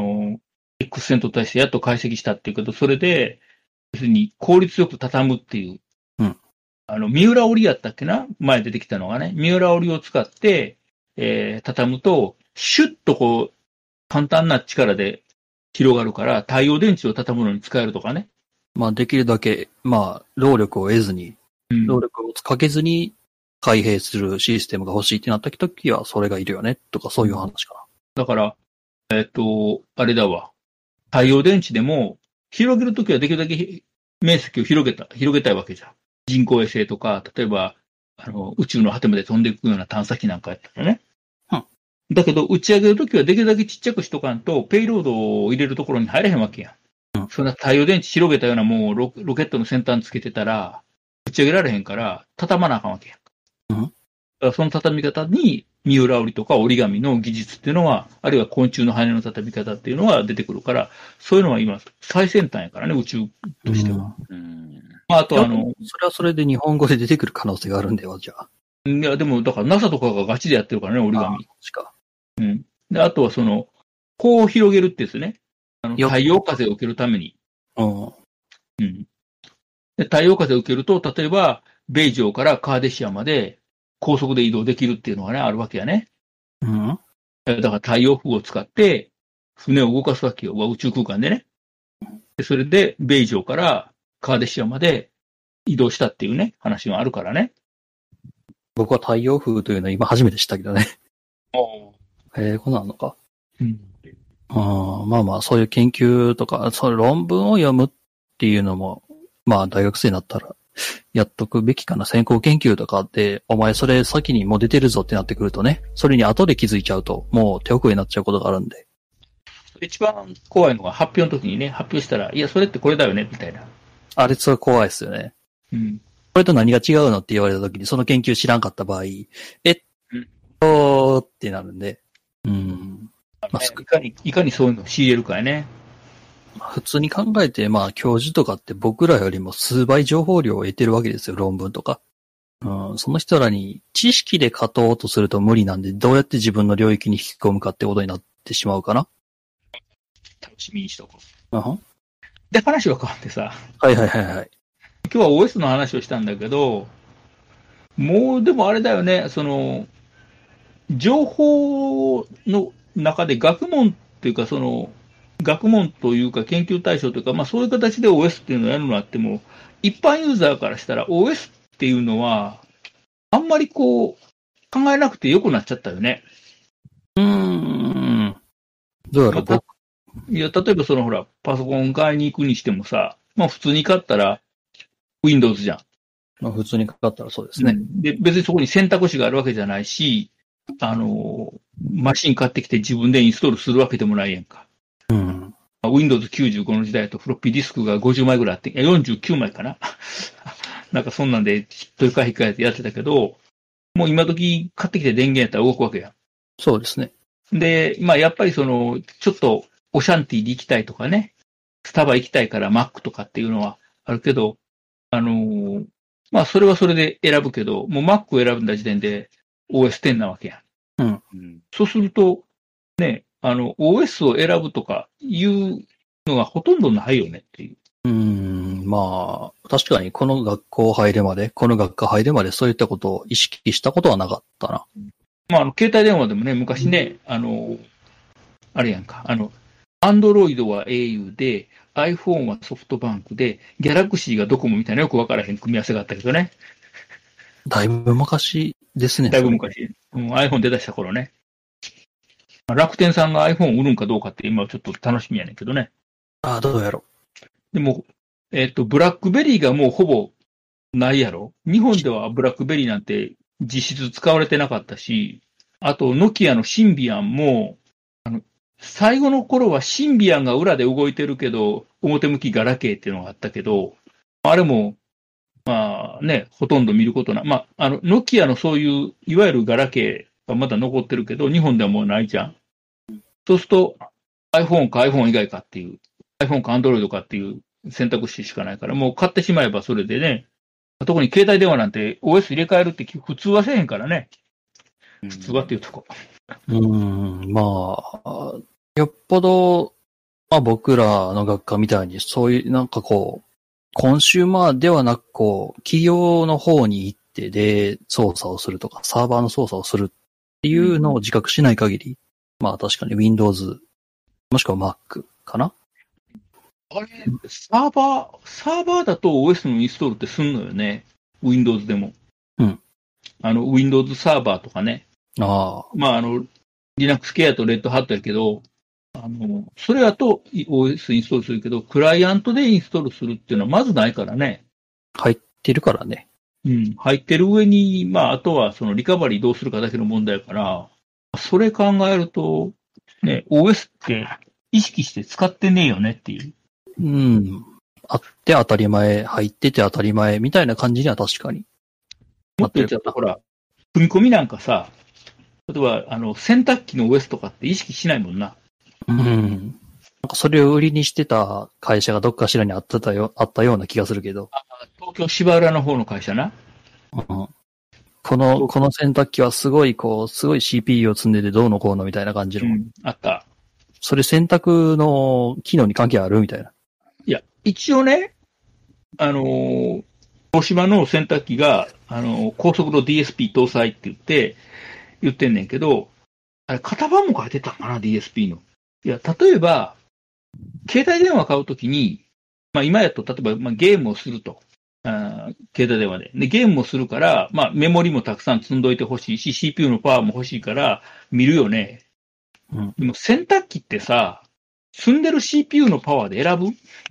X 線と対してやっと解析したっていうけど、それで、要するに効率よく畳むっていう。三浦折りやったっけな前出てきたのがね。三浦折りを使って、畳むと、シュッと簡単な力で広がるから、太陽電池を畳むのに使えるとかね。 できるだけ、労力を得ずに、労力をかけずに開閉するシステムが欲しいってなった時は、それがいるよね、とかそういう話かな。だから、あれだわ。太陽電池でも、広げるときはできるだけ面積を広げたいわけじゃん。人工衛星とか、例えば、宇宙の果てまで飛んでいくような探査機なんかやったらね。だけど、打ち上げるときはできるだけちっちゃくしとかんと、ペイロードを入れるところに入れへんわけやん。そんな太陽電池広げたようなもうロケットの先端つけてたら、打ち上げられへんから、畳まなあかんわけやん。だからその畳み方に、三浦折りとか折り紙の技術っていうのは、あるいは昆虫の羽の畳み方っていうのは出てくるから、そういうのは今、最先端やからね、宇宙としては。あとそれはそれで日本語で出てくる可能性があるんだよ、じゃあ。 いや、でも、だから NASA とかがガチでやってるからね、折り紙。で、あとはこう広げるってですね。太陽風を受けるために。で太陽風を受けると、例えば、ベイジョーからカーデシアまで高速で移動できるっていうのがね、あるわけやね。 うんだから太陽風を使って船を動かすわけよ。宇宙空間でね。でそれで、米城からカーデシアまで移動したっていうね、話があるからね。 僕は太陽風というのは今初めて知ったけどね。こんなんあんのか。 うんまあまあ、そういう研究とか、そういう論文を読むっていうのも、まあ大学生になったらやっとくべきかな。先行研究とかって、お前それ先にもう出てるぞってなってくるとね、それに後で気づいちゃうと、もう手遅れになっちゃうことがあるんで。 一番怖いのが発表の時にね、発表したら、いや、それってこれだよね、みたいな。 あれ、それ怖いですよね。 うん。 これと何が違うのって言われた時に、その研究知らんかった場合、ってなるんで。まあ、 いかにそういうのを仕入れるかやね。 普通に考えて、まあ、教授とかって僕らよりも数倍情報量を得てるわけですよ、論文とか。その人らに知識で勝とうとすると無理なんで、どうやって自分の領域に引き込むかってことになってしまうかな。 楽しみにしとこう。で、話は変わってさ。 はいはいはいはい。 今日は OS の話をしたんだけど、もうでもあれだよね、その、情報の中で学問っていうか、その、学問というか研究対象というか、まあそういう形で OS っていうのをやるのあっても、一般ユーザーからしたら OS っていうのは、あんまりこう、考えなくてよくなっちゃったよね。 どうやろう、 いや、例えばそのほら、パソコン買いに行くにしてもさ、まあ普通に買ったら Windows じゃん。 まあ普通にかかったらそうですね。 で、別にそこに選択肢があるわけじゃないし、マシン買ってきて自分でインストールするわけでもないやんか。Windows 95の時代とフロッピーディスクが50枚ぐらいあって、49枚かななんかそんなんで、取り替え控えてやってたけど、もう今時買ってきて電源やったら動くわけやん。 そうですね。 で、まあやっぱりその、ちょっとオシャンティで行きたいとかね、スタバ行きたいから Mac とかっていうのはあるけど、まあそれはそれで選ぶけど、もう Mac を選んだ時点で OS10 なわけやん。そうすると、ね、OS を選ぶとかいうのがほとんどないよねっていう。 まあ、確かにこの学校入るまで、この学科入るまでそういったことを意識したことはなかったな。 まあ、携帯電話でもね、昔ね、あれやんか、Android は au で、iPhone はソフトバンクで、Galaxy がドコモみたいなよくわからへん組み合わせがあったけどね。 だいぶ昔ですね。 だいぶ昔。iPhone 出だした頃ね。楽天さんが iPhone 売るんかどうかって今ちょっと楽しみやねんけどね。 どうやろでも、ブラックベリーがもうほぼないやろ。日本ではブラックベリーなんて実質使われてなかったし、あと、ノキアのシンビアンも、最後の頃はシンビアンが裏で動いてるけど、表向きガラケーっていうのがあったけど、あれも、まあね、ほとんど見ることない。まあ、ノキアのそういう、いわゆるガラケーがまだ残ってるけど、日本ではもうないじゃん。そうすると、iPhone か iPhone 以外かっていう、iPhone か Android かっていう選択肢しかないから、もう買ってしまえばそれでね、特に携帯電話なんて OS 入れ替えるって普通はせえへんからね。普通はっていうとこ。 まあ、よっぽど、まあ僕らの学科みたいに、そういうなんかこう、コンシューマーではなくこう、企業の方に行ってで操作をするとか、サーバーの操作をするっていうのを自覚しない限り、まあ確かに Windows、もしくは Mac かな。 あれ、サーバーだと OS のインストールってすんのよね。Windows でも。Windows サーバーとかね。まあ、Linux 系やと Red Hat やけど、それだと OS インストールするけど、クライアントでインストールするっていうのはまずないからね。 入ってるからね。 入ってる上に、まあ、あとはそのリカバリーどうするかだけの問題やから、それ考えると、ね、OS って意識して使ってねえよねっていう。 あって当たり前、入ってて当たり前みたいな感じには確かに。 もっと言っちゃうと、ほら、組み込みなんかさ、例えば、洗濯機の OS とかって意識しないもんな。 なんかそれを売りにしてた会社がどっかしらにあったような気がするけど。 東京芝浦の方の会社な。 この洗濯機はすごいすごい CPU を積んでてどうのこうのみたいな感じの。 あった。 それ洗濯の機能に関係あるみたいな。 いや、一応ね、東芝の洗濯機が、高速の DSP 搭載って言ってんねんけど、 あれ、型番も書いてたかな、DSP の。いや、例えば、携帯電話買うときに、まあ今やと、例えば、まあ、ゲームをすると。携帯電話で。で、ゲームをするから、まあメモリもたくさん積んどいてほしいし、CPU のパワーも欲しいから見るよね。 うん。 でも洗濯機ってさ、積んでる CPU のパワーで選ぶ？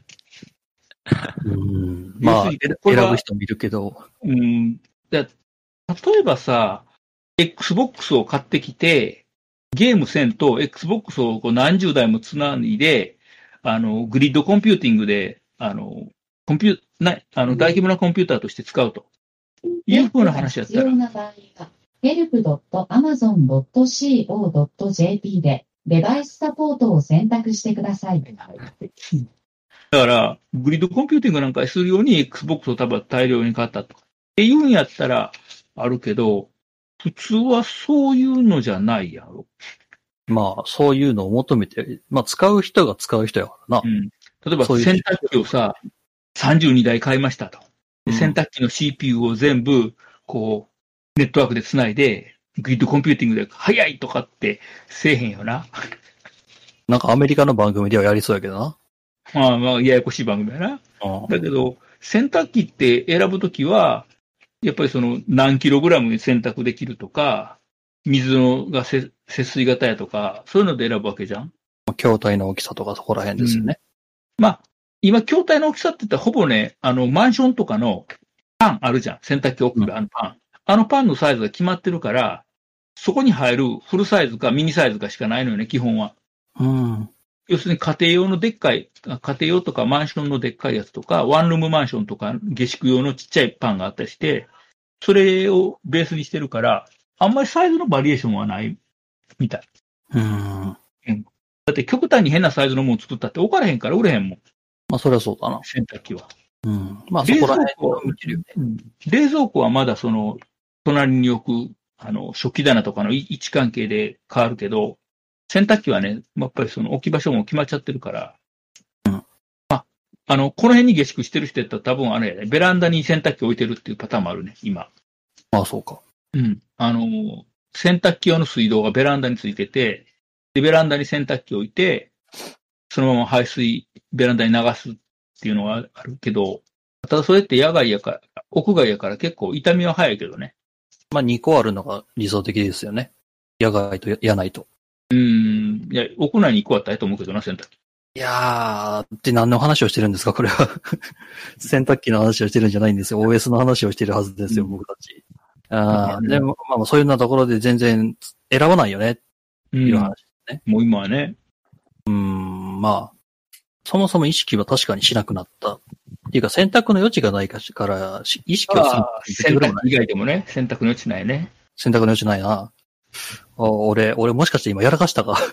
まあ、 要するにこれは選ぶ人もいるけど。 で例えばさ、Xbox を買ってきて、ゲームせんと Xbox をこう何十台もつないで、グリッドコンピューティングで、コンピュな大規模なコンピューターとして使うというふうな話だったら。 必要な場合は、help.amazon.co.jp でデバイスサポートを選択してください。 だから、グリッドコンピューティングなんかするように Xbox を多分大量に買ったとか。っていうんやったらあるけど、普通はそういうのじゃないやろ。 まあ、そういうのを求めて、まあ、使う人が使う人やからな。 例えばそういう洗濯機をさ、32台買いましたと。で洗濯機の CPU を全部、こう、ネットワークで繋いで、グリッドコンピューティングで早いとかってせえへんよな。 なんかアメリカの番組ではやりそうやけどな。 まあ、ややこしい番組やな。だけど、洗濯機って選ぶときは、やっぱりその何キログラムに洗濯できるとか、水のが節水型やとか、そういうので選ぶわけじゃん。 筐体の大きさとかそこら辺ですよね。 まあ、今、筐体の大きさって言ったらほぼね、マンションとかのパンあるじゃん。洗濯機置くパン。あのパンのサイズが決まってるから、そこに入るフルサイズかミニサイズかしかないのよね、基本は。要するに家庭用のでっかい、家庭用とかマンションのでっかいやつとか、ワンルームマンションとか下宿用のちっちゃいパンがあったりして、それをベースにしてるから、あんまりサイズのバリエーションはないみたい。だって極端に変なサイズのもの作ったって置かれへんから売れへんもん。 まあ、それはそうだな。 洗濯機は。 まあ、そこら辺を見てるよね。 冷蔵庫はまだその、隣に置く、食器棚とかの位置関係で変わるけど、洗濯機はね、やっぱりその置き場所も決まっちゃってるから、まあ、この辺に下宿してる人やったら多分あれやね、ベランダに洗濯機置いてるっていうパターンもあるね、今。 ああ、そうか。 洗濯機用の水道がベランダについてて、で、ベランダに洗濯機置いて、そのまま排水、ベランダに流すっていうのがあるけど、ただそれって野外やから、屋外やから結構傷みは早いけどね。 まあ、2個あるのが理想的ですよね。野外と野内と。 いや、屋内に1個あったらいいと思うけどな、洗濯機。 いやー、って何の話をしてるんですか、これは。洗濯機の話をしてるんじゃないんですよ。OS の話をしてるはずですよ、僕たち。でも、まあ、そういうようなところで全然選ばないよね、っていう話ですね。 もう今はね。 まあ、そもそも意識は確かにしなくなった。っていうか、選択の余地がないから、意識をする。 洗濯以外でもね、選択の余地ないね。 選択の余地ないな。俺もしかして今やらかしたか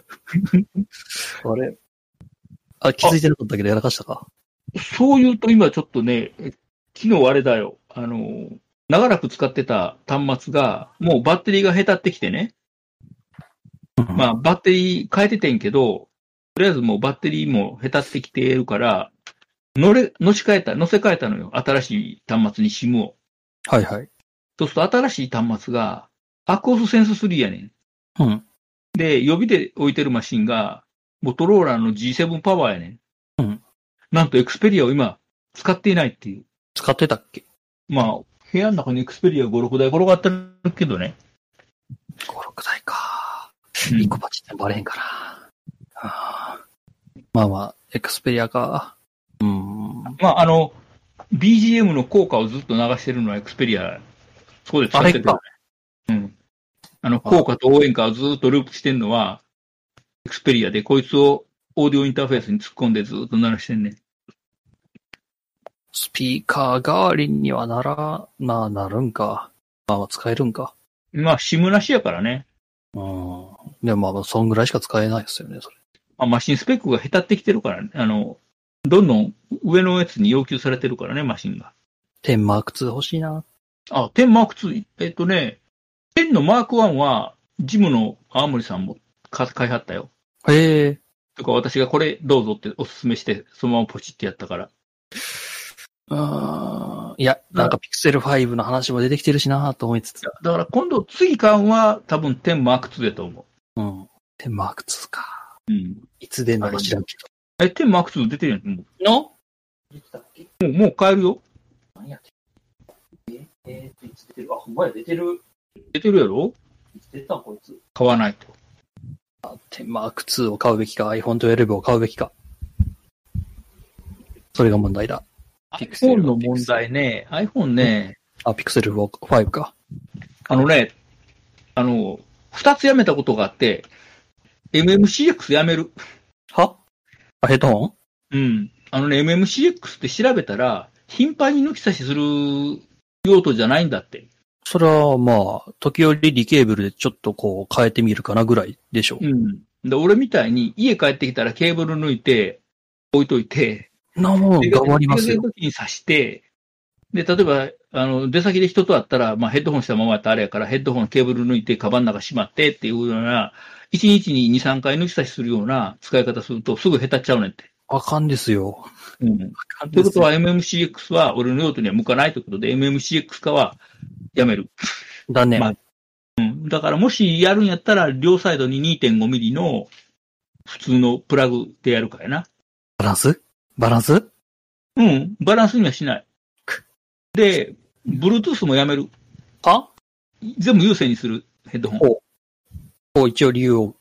気づいてなかったけどやらかしたか。 そう言うと今ちょっとね、昨日あれだよ。長らく使ってた端末が、もうバッテリーがへたってきてね。まあ、バッテリー変えててんけど、とりあえずもうバッテリーもへたってきているから、乗せ替えたのよ。新しい端末に SIM を。 はいはい。 そうすると新しい端末が、アクオスセンス3やねん。で、予備で置いてるマシンが、モトローラの G7 パワーやねん。なんとエクスペリアを今、使っていないっていう。 使ってたっけ？まあ、部屋の中にエクスペリア5、6台転がってるけどね。 5、6台か。1個パチってバレへんかな。まあまあ、エクスペリアか。 まあ、BGM の効果をずっと流してるのはエクスペリア。そうです。 あれか。 効果と応援歌をずっとループしてるのは、エクスペリアで、こいつをオーディオインターフェースに突っ込んでずっと鳴らしてんねん。 スピーカー代わりにはなるんか。まあ使えるんか。 まあ、SIMなしやからね。 でもまあ、そんぐらいしか使えないですよね、それ。 マシンスペックが下手ってきてるからね。どんどん上のやつに要求されてるからね、マシンが。 10マーク2欲しいな。 10マーク2。10のマーク1は、ジムの青森さんも買いはったよ。 へえ。 とか私がこれどうぞっておすすめして、そのままポチってやったから。 いや、なんかピクセル5の話も出てきてるしなと思いつつ。 だから今度次買うのは多分10マーク2だと思う。 10M2 か。 うん。 いつ出んのか知らんけ 10M2 出てるやん。ものもう買えるよ。 何やっていつ出てるほんまや出てる。 出てるやろ？ いつ出たんこいつ。 買わないと。 10M2 を買うべきか、iPhone 12を買うべきか。それが問題だ。 iPhone の問題ね、iPhone ね、 Pixel 5か。 二つやめたことがあって、MMCX やめる。 はヘッドホン？ うん。MMCX って調べたら、頻繁に抜き差しする用途じゃないんだって。 それはまあ、時折リケーブルでちょっとこう変えてみるかなぐらいでしょう。 うん。で、俺みたいに家帰ってきたらケーブル抜いて、置いといて、 なもん、頑張りますよ。 出かける時に挿して、で、例えば、出先で人と会ったら、まあヘッドホンしたままやったらあれやから、ヘッドホンケーブル抜いて、カバンの中しまってっていうような、1日に2、3回抜き差しするような使い方すると、すぐ下手っちゃうねんって。 あかんですよ。 うん。ということは MMCX は俺の用途には向かないということで、MMCX 化はやめる。 だね。 まあ、うん。だからもしやるんやったら、両サイドに 2.5 ミリの普通のプラグでやるからやな。 バランスうん。バランスにはしない。で、Bluetooth もやめる。 は全部有線にするヘッドホン。 一応理由を。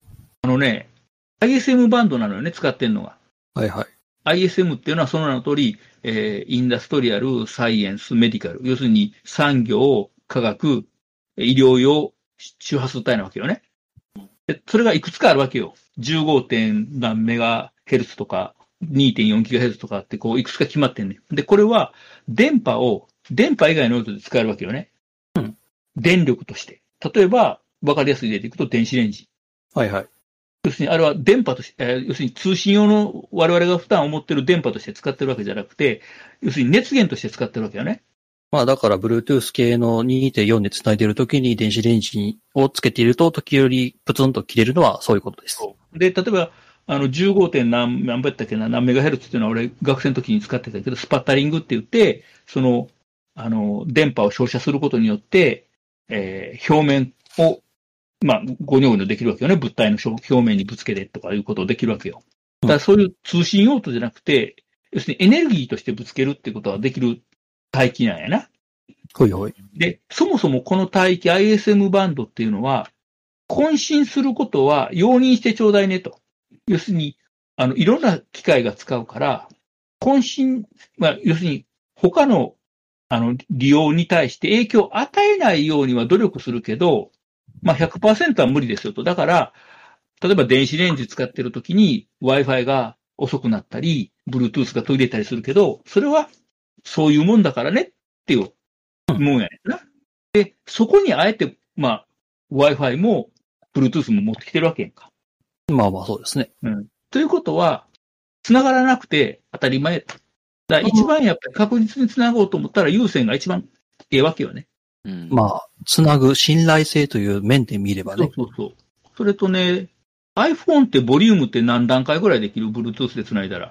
ISM バンドなのよね、使ってんのが。 はいはい。 ISM っていうのはその名の通り、インダストリアル、サイエンス、メディカル。要するに産業、科学、医療用周波数帯なわけよね。でそれがいくつかあるわけよ。15. 点何メガヘルツとか、2.4 ギガヘルツとかってこういくつか決まってんねん。で、これは電波以外の用途で使えるわけよね。 うん。 電力として。例えば、わかりやすい例でいくと電子レンジ。 はいはい。 要するに、あれは電波として、要するに通信用の我々が普段思ってる電波として使ってるわけじゃなくて、要するに熱源として使ってるわけよね。 まあだから Bluetooth 系の 2.4 で繋いでるときに電子レンジをつけていると時折プツンと切れるのはそういうことです。 で、例えば、15. 点何倍だったっけな、何メガヘルツっていうのは俺学生の時に使ってたけど、スパッタリングって言って、電波を照射することによって、表面を、まあ、ゴニョゴニョできるわけよね。物体の表面にぶつけてとかいうことをできるわけよ。だからそういう通信用途じゃなくて、要するにエネルギーとしてぶつけるってことができる帯域なんやな。 ほいほい。 で、そもそもこの帯域 ISM バンドっていうのは、渾身することは容認してちょうだいねと。要するに、いろんな機械が使うから、渾身、まあ、要するに、他の、利用に対して影響を与えないようには努力するけど、まあ 100% は無理ですよと。だから、例えば電子レンジ使ってるときに Wi-Fi が遅くなったり、Bluetooth が途切れたりするけど、それはそういうもんだからねっていうもんやねんな。で、そこにあえて、まあ、Wi-Fi も Bluetooth も持ってきてるわけやんか。 まあまあそうですね。 うん。ということは、繋がらなくて当たり前。だから一番やっぱり確実に繋ごうと思ったら有線が一番ええわけよね。 うん、 まあ、繋ぐ信頼性という面で見ればね。 そう。それとね、iPhone ってボリュームって何段階ぐらいできる Bluetooth で繋いだら。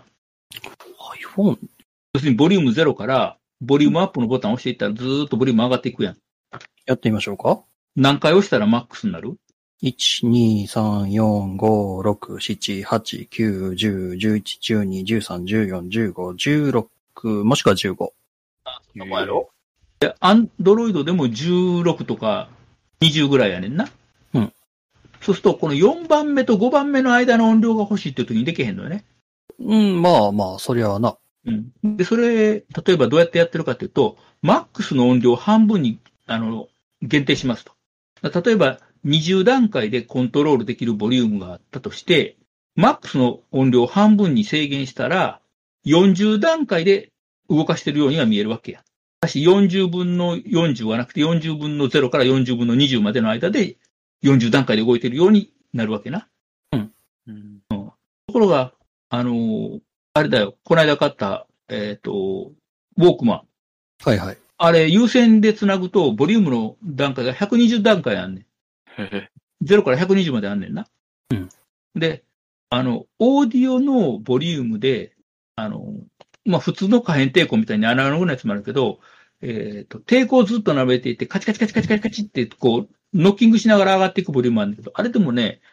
iPhone？ 要するにボリューム0からボリュームアップのボタンを押していったらずーっとボリューム上がっていくやん。 やってみましょうか。 何回押したらマックスになる？ 1, 2, 3, 4, 5, 6, 7, 8, 9, 10, 11, 12, 13, 14, 15, 16もしくは15。 そこやろ？で、Android でも16とか20ぐらいやねんな。 うん。 そうすると、この4番目と5番目の間の音量が欲しいっていう時にできへんのよね。 うん、まあまあ、そりゃあな。 うん。で、それ、例えばどうやってやってるかというと、マックスの音量を半分に、限定しますと。例えば、20段階でコントロールできるボリュームがあったとして、マックスの音量を半分に制限したら、40段階で動かしてるようには見えるわけや。しかし40分の40はなくて40分の0から40分の20までの間で40段階で動いてるようになるわけな。 うん。 ところが、あれだよ、この間買った、ウォークマン。 はいはい。 あれ、有線で繋ぐと、ボリュームの段階が120段階あんねん。0から120まであんねんな。 うん。 で、オーディオのボリュームで、まあ、普通の可変抵抗みたいにアナログなやつもあるけど、抵抗をずっと並べていて、カチカチカチカチカチカチって、こう、ノッキングしながら上がっていくボリュームあるんだけど、あれでもね、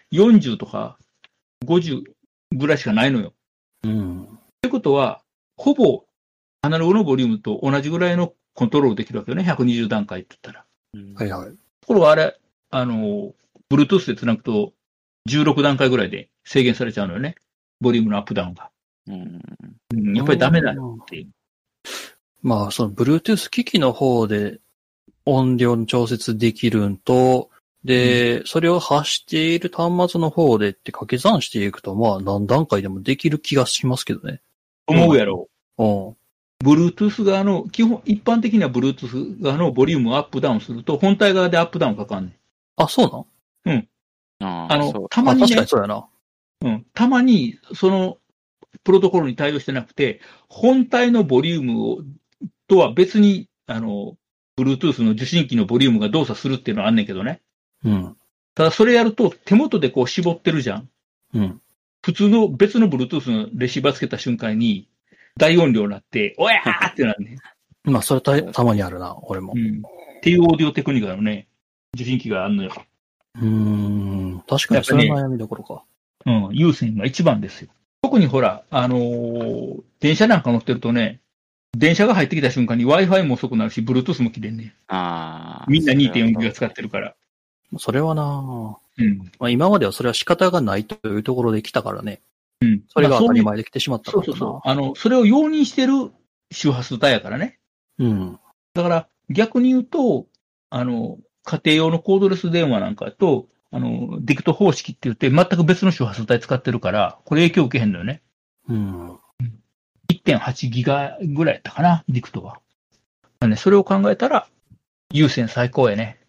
40とか50ぐらいしかないのよ。 うん。 ということは、ほぼアナログのボリュームと同じぐらいのコントロールできるわけよね。120段階って言ったら。 はいはい。 ところがあれ、Bluetooth で繋ぐと16段階ぐらいで制限されちゃうのよね。ボリュームのアップダウンが。やっぱりダメだよっていう。 まあ、その Bluetooth 機器の方で音量の調節できるんと、で、それを発している端末の方でって掛け算していくと、まあ何段階でもできる気がしますけどね。 思うやろ。 Bluetooth 側の、基本、一般的には Bluetooth 側のボリュームをアップダウンすると、本体側でアップダウンかかんねん。 あ、そうなん？ たまにね、 確かにそうやな。 たまに、その、プロトコルに対応してなくて、本体のボリュームとは別に、Bluetooth の受信機のボリュームが動作するっていうのはあんねんけどね。ただ、それやると、手元でこう絞ってるじゃん。普通の別の Bluetooth のレシーバーつけた瞬間に、大音量になって、おやーってなるね。 まあ、それたまにあるな、俺も。 っていうオーディオテクニカルのね、受信機があるのよ。 確かにそれは悩みどころか。 有線が一番ですよ。特にほら、電車なんか乗ってるとね、電車が入ってきた瞬間に Wi-Fi も遅くなるし、Bluetooth も切れんね。みんな 2.4 ギガ使ってるから。 それはなまあ、今まではそれは仕方がないというところで来たからね。それが当たり前で来てしまったからな。 そう。それを容認してる周波数帯やからね。だから逆に言うと、家庭用のコードレス電話なんかと、ディクト方式って言って全く別の周波数帯使ってるから、これ影響受けへんのよね。1.8 ギガぐらいやったかな、ディクトは。それを考えたら、有線最高やね。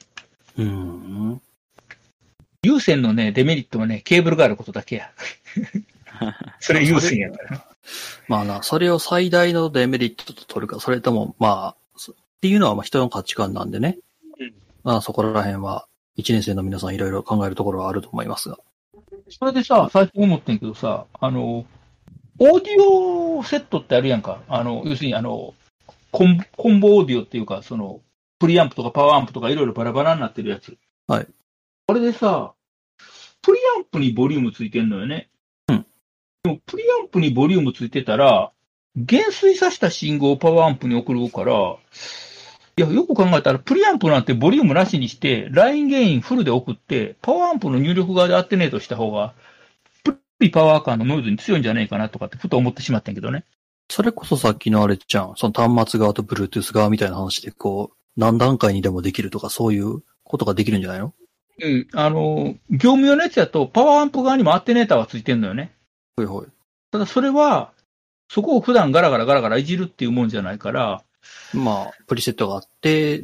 有線のね、デメリットはね、ケーブルがあることだけや。それ有線やから。 まあな、それを最大のデメリットと取るか、それとも、まあ、っていうのはまあ人の価値観なんでね。まあそこら辺は、1年生の皆さんいろいろ考えるところはあると思いますが。 それでさ、最近思ってんけどさ、オーディオセットってあるやんか。要するにコンボオーディオっていうか、プリアンプとかパワーアンプとかいろいろバラバラになってるやつ。 はい。 これでさ、プリアンプにボリュームついてんのよね。でも、プリアンプにボリュームついてたら、減衰させた信号をパワーアンプに送るから、いや、よく考えたら、プリアンプなんてボリュームなしにして、ラインゲインフルで送って、パワーアンプの入力側でアテネートした方が、プリパワー感のノイズに強いんじゃないかなとかって、ふと思ってしまったんやけどね。 それこそさっきのあれじゃん。その端末側と Bluetooth 側みたいな話で、こう、何段階にでもできるとか、そういうことができるんじゃないの？ 業務用のやつやと、パワーアンプ側にもアテネーターはついてんのよね。 ほいほい。 ただそれは、そこを普段ガラガラいじるっていうもんじゃないから。 まあ、プリセットがあって、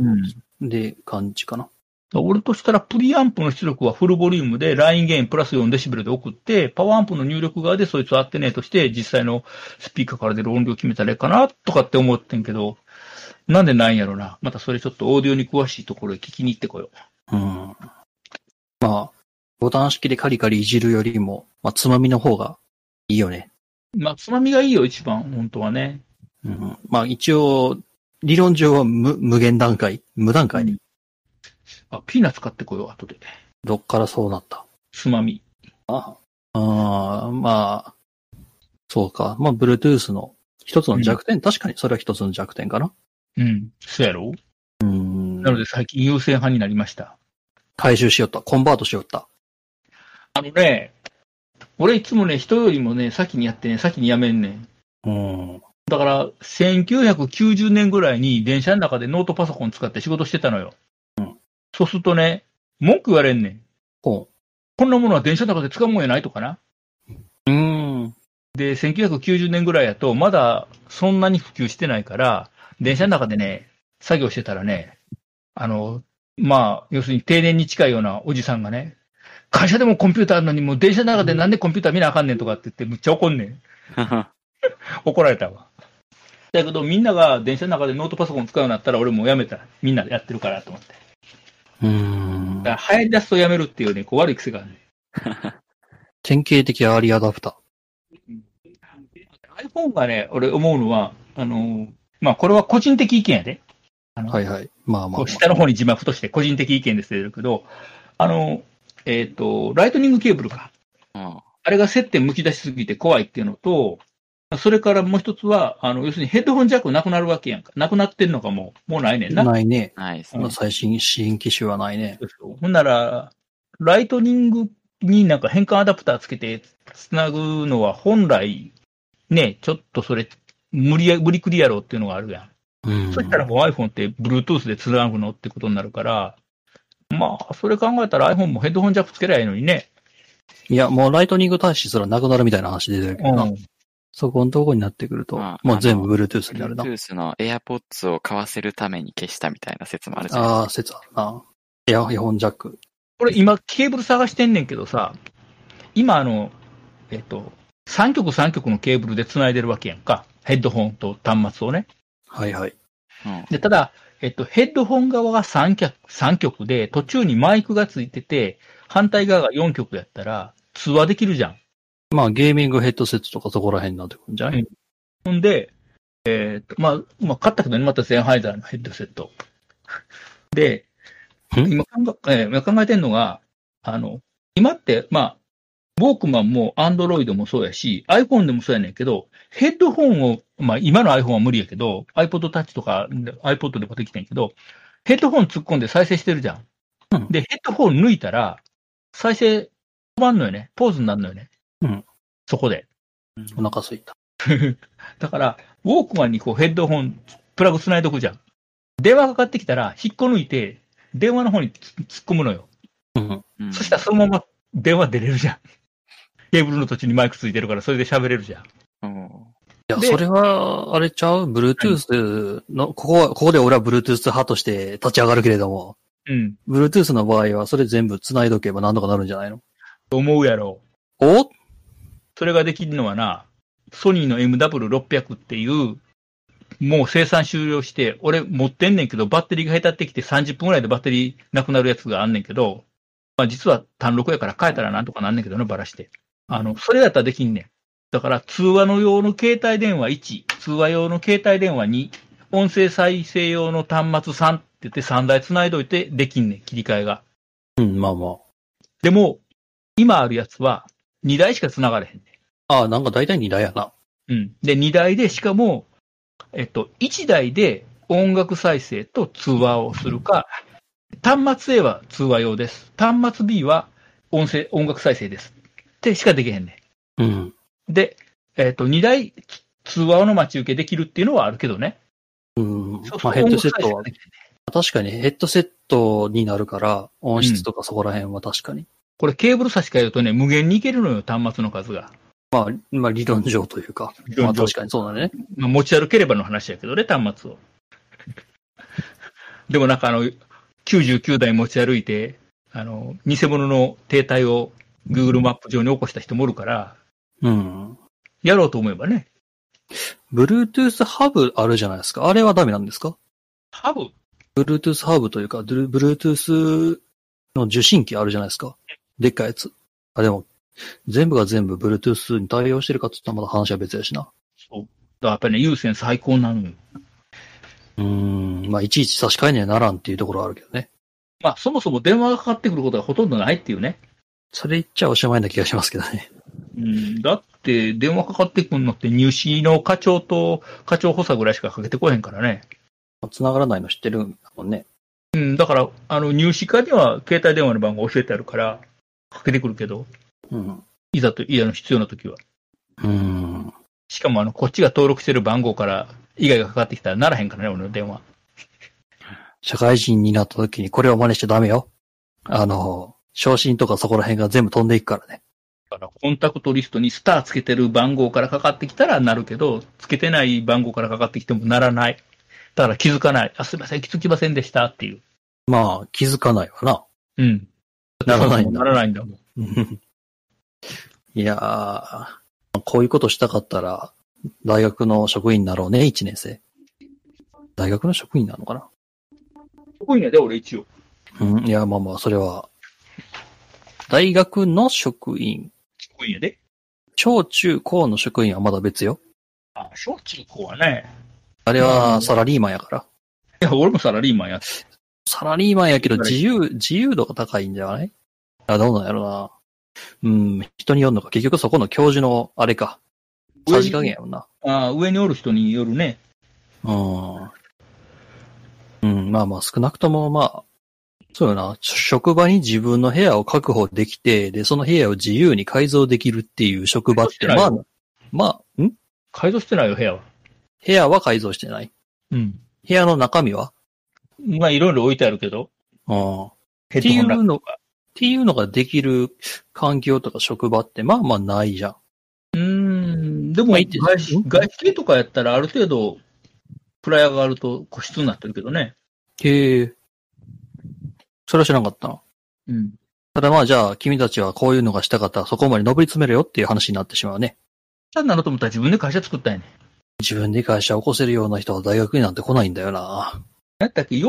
で、感じかな。 俺としたら、プリアンプの出力はフルボリュームで、ラインゲインプラス4デシベルで送って、パワーアンプの入力側でそいつをアテネートして、実際のスピーカーから出る音量を決めたらいいかな、とかって思ってんけど、なんでないんやろな。またそれちょっとオーディオに詳しいところへ聞きに行ってこよう。 まあ、ボタン式でカリカリいじるよりも、まあ、つまみの方がいいよね。 まあ、つまみがいいよ、一番、本当はね。 まあ、一応、理論上は無段階に。 ピーナッツ買ってこよう、後で。 どっからそうなった？ つまみ。 まあ、そうか。まあ、Bluetooth の一つの弱点、確かにそれは一つの弱点かな。 そうやろ？なので最近有線派になりました。 回収しよった。コンバートしよった。 俺いつもね、人よりもね、先にやってね、先にやめんねん。だから、1990年ぐらいに電車の中でノートパソコン使って仕事してたのよ。そうするとね、文句言われんねん。こんなものは電車の中で使うもんやないとかな。で、1990年ぐらいやと、まだそんなに普及してないから、電車の中でね、作業してたらね、まあ、要するに定年に近いようなおじさんがね、会社でもコンピューターあるのにもう電車の中でなんでコンピューター見なあかんねんとかって言ってむっちゃ怒んねん。怒られたわ。だけどみんなが電車の中でノートパソコン使うようになったら俺もうやめた。みんなでやってるからと思って。だから流行り出すとやめるっていうね、こう悪い癖があるね。 典型的アーリーアダプター。iPhone がね、俺思うのは、まあこれは個人的意見やで。 はいはい。まあ。 下の方に字幕として個人的意見ですけど、 ライトニングケーブルか。 うんあれが接点剥き出しすぎて怖いっていうのと、それからもう一つは、要するにヘッドホンジャックなくなるわけやんか。なくなってんのかもうないねんな。 ないね。 ないですね。 最新、新機種はないね。 ほんなら、ライトニングになんか変換アダプターつけてつなぐのは本来、ね、ちょっとそれ、無理くりやろうっていうのがあるやん。 うん。 そしたらもう iPhone って Bluetooth でつなぐのってことになるから、まあ、それ考えたら iPhone もヘッドホンジャックつけりゃいいのにね。 いや、もうライトニング端子すらなくなるみたいな話出てるけどな。そこのとこになってくると、 まあもう全部 Bluetooth になるな。 Bluetooth の AirPods を買わせるために消したみたいな説もあるじゃないああ、説あるな。イヤホンジャック。 これ今ケーブル探してんねんけどさ、今3極3極のケーブルで繋いでるわけやんか。ヘッドホンと端末をね。 はいはい。 うんで、ただ、ヘッドホン側が3極で、途中にマイクがついてて、反対側が4極やったら、通話できるじゃん。 まあゲーミングヘッドセットとかそこら辺になってくるんじゃない？ ほんで、まあ、買ったけどね、またゼンハイザーのヘッドセット。で、今考えてんのが、今って、まあ、ウォークマンも Android もそうやし、iPhone でもそうやねんけど、ヘッドホンを、まあ今の iPhone は無理やけど、iPod Touch とか iPod でもできてんけど、ヘッドホン突っ込んで再生してるじゃん。 うんで、ヘッドホン抜いたら、再生止まんのよね。ポーズになるのよね。 うんそこで。 お腹すいた。 だから、ウォークマンにこうヘッドホン、プラグ繋いどくじゃん。電話かかってきたら、引っこ抜いて、電話の方に突っ込むのよ。 うん。 うんそしたらそのまま電話出れるじゃん。ケーブルの途中にマイクついてるから、それで喋れるじゃん。 うんいや、 でそれは、あれちゃう？ Bluetooth の、ここで俺は Bluetooth 派として立ち上がるけれども、 うん。 Bluetooth の場合はそれ全部繋いどけば何とかなるんじゃないの？ と思うやろ。 お？ それができるのはな、ソニーの MW600 っていう、もう生産終了して、俺持ってんねんけど、バッテリーがへたってきて30分ぐらいでバッテリーなくなるやつがあんねんけど、まあ実は単録やから変えたらなんとかなんねんけどね、ばらして。それだったらできんねん。だから通話の用の携帯電話1、通話用の携帯電話2、音声再生用の端末3って言って3台繋いどいてできんねん、切り替えが。 うん、まあまでも、今あるやつは2台しか繋がれへんねん。 あ。なんか大体2台やな。 うん。で、2台で、しかも、1台で音楽再生と通話をするか、端末 A は通話用です。端末 B は音楽再生です。ってしかできへんねうん。 ん。で、2台通話の待ち受けできるっていうのはあるけどね。 うん。 そうまあヘッドセットは音楽再生ができへんねん確かにヘッドセットになるから、音質とかそこら辺は確かに。 これケーブル差し替えるとね、無限にいけるのよ、端末の数が。 まあ理論上というか。 理論上まあ確かにそうだね。 まあ、持ち歩ければの話やけどね、端末を。でもなんか99台持ち歩いて、偽物の携帯を Google マップ上に起こした人もおるから、 うん。 やろうと思えばね。 Bluetooth ハブあるじゃないですか。あれはダメなんですか？ ハブ Bluetooth ハブというか、Bluetooth の受信機あるじゃないですか。でっかいやつ。あ、でも、全部が全部 Bluetooth に対応してるかって言ったらまだ話は別やしな。 そう。だからやっぱりね、有線最高なのよ。 まあ、いちいち差し替えにはならんっていうところはあるけどね。 まあ、そもそも電話がかかってくることがほとんどないっていうね。 それ言っちゃおしまいな気がしますけどね。 だって、電話かかってくるのって入試の課長と課長補佐ぐらいしかかけてこへんからね。 繋がらないの知ってるもんね。 だから、入試課には携帯電話の番号教えてあるから、かけてくるけど、 うん。 いざの必要な時は。しかもこっちが登録してる番号から以外がかかってきたらならへんからね、俺の電話。 社会人になった時にこれを真似しちゃダメよ。昇進とかそこら辺が全部飛んでいくからね。 だからコンタクトリストにスターつけてる番号からかかってきたらなるけど、つけてない番号からかかってきてもならない。だから気づかない。あ、すいません、気づきませんでしたっていう。 まあ、気づかないわな。 うん。 ならないんだ。 ならないんだもん。 いやー、こういうことしたかったら、大学の職員になろうね、1年生。大学の職員なのかな？ 職員やで、俺一応。 いや、まあまあ、それは、大学の職員。 職員やで。 小中高の職員はまだ別よ。 あ、小中高はね。 あれはサラリーマンやから。 いや、俺もサラリーマンやって。 サラリーマンやけど自由度が高いんじゃない？ どうなんやろな。人によるのか。結局そこの教授の、あれか。さじ加減やろな。 上におる人によるね。 まあまあ少なくともまあ、そうよな。職場に自分の部屋を確保できて、で、その部屋を自由に改造できるっていう職場って、 改造してないよ、部屋は。 部屋は改造してない。 うん。 部屋の中身は？ まあ、いろいろ置いてあるけど。 っていうのができる環境とか職場って、まあまあないじゃん。 でも、外資系とかやったらある程度、プライヤーがあると個室になってるけどね。 へえ。それは知らなかったな。ただまあじゃあ、君たちはこういうのがしたかったらそこまで上り詰めるよっていう話になってしまうね。 なんなのと思ったら自分で会社作ったんやね。 自分で会社を起こせるような人は大学になんて来ないんだよな。 やったっけ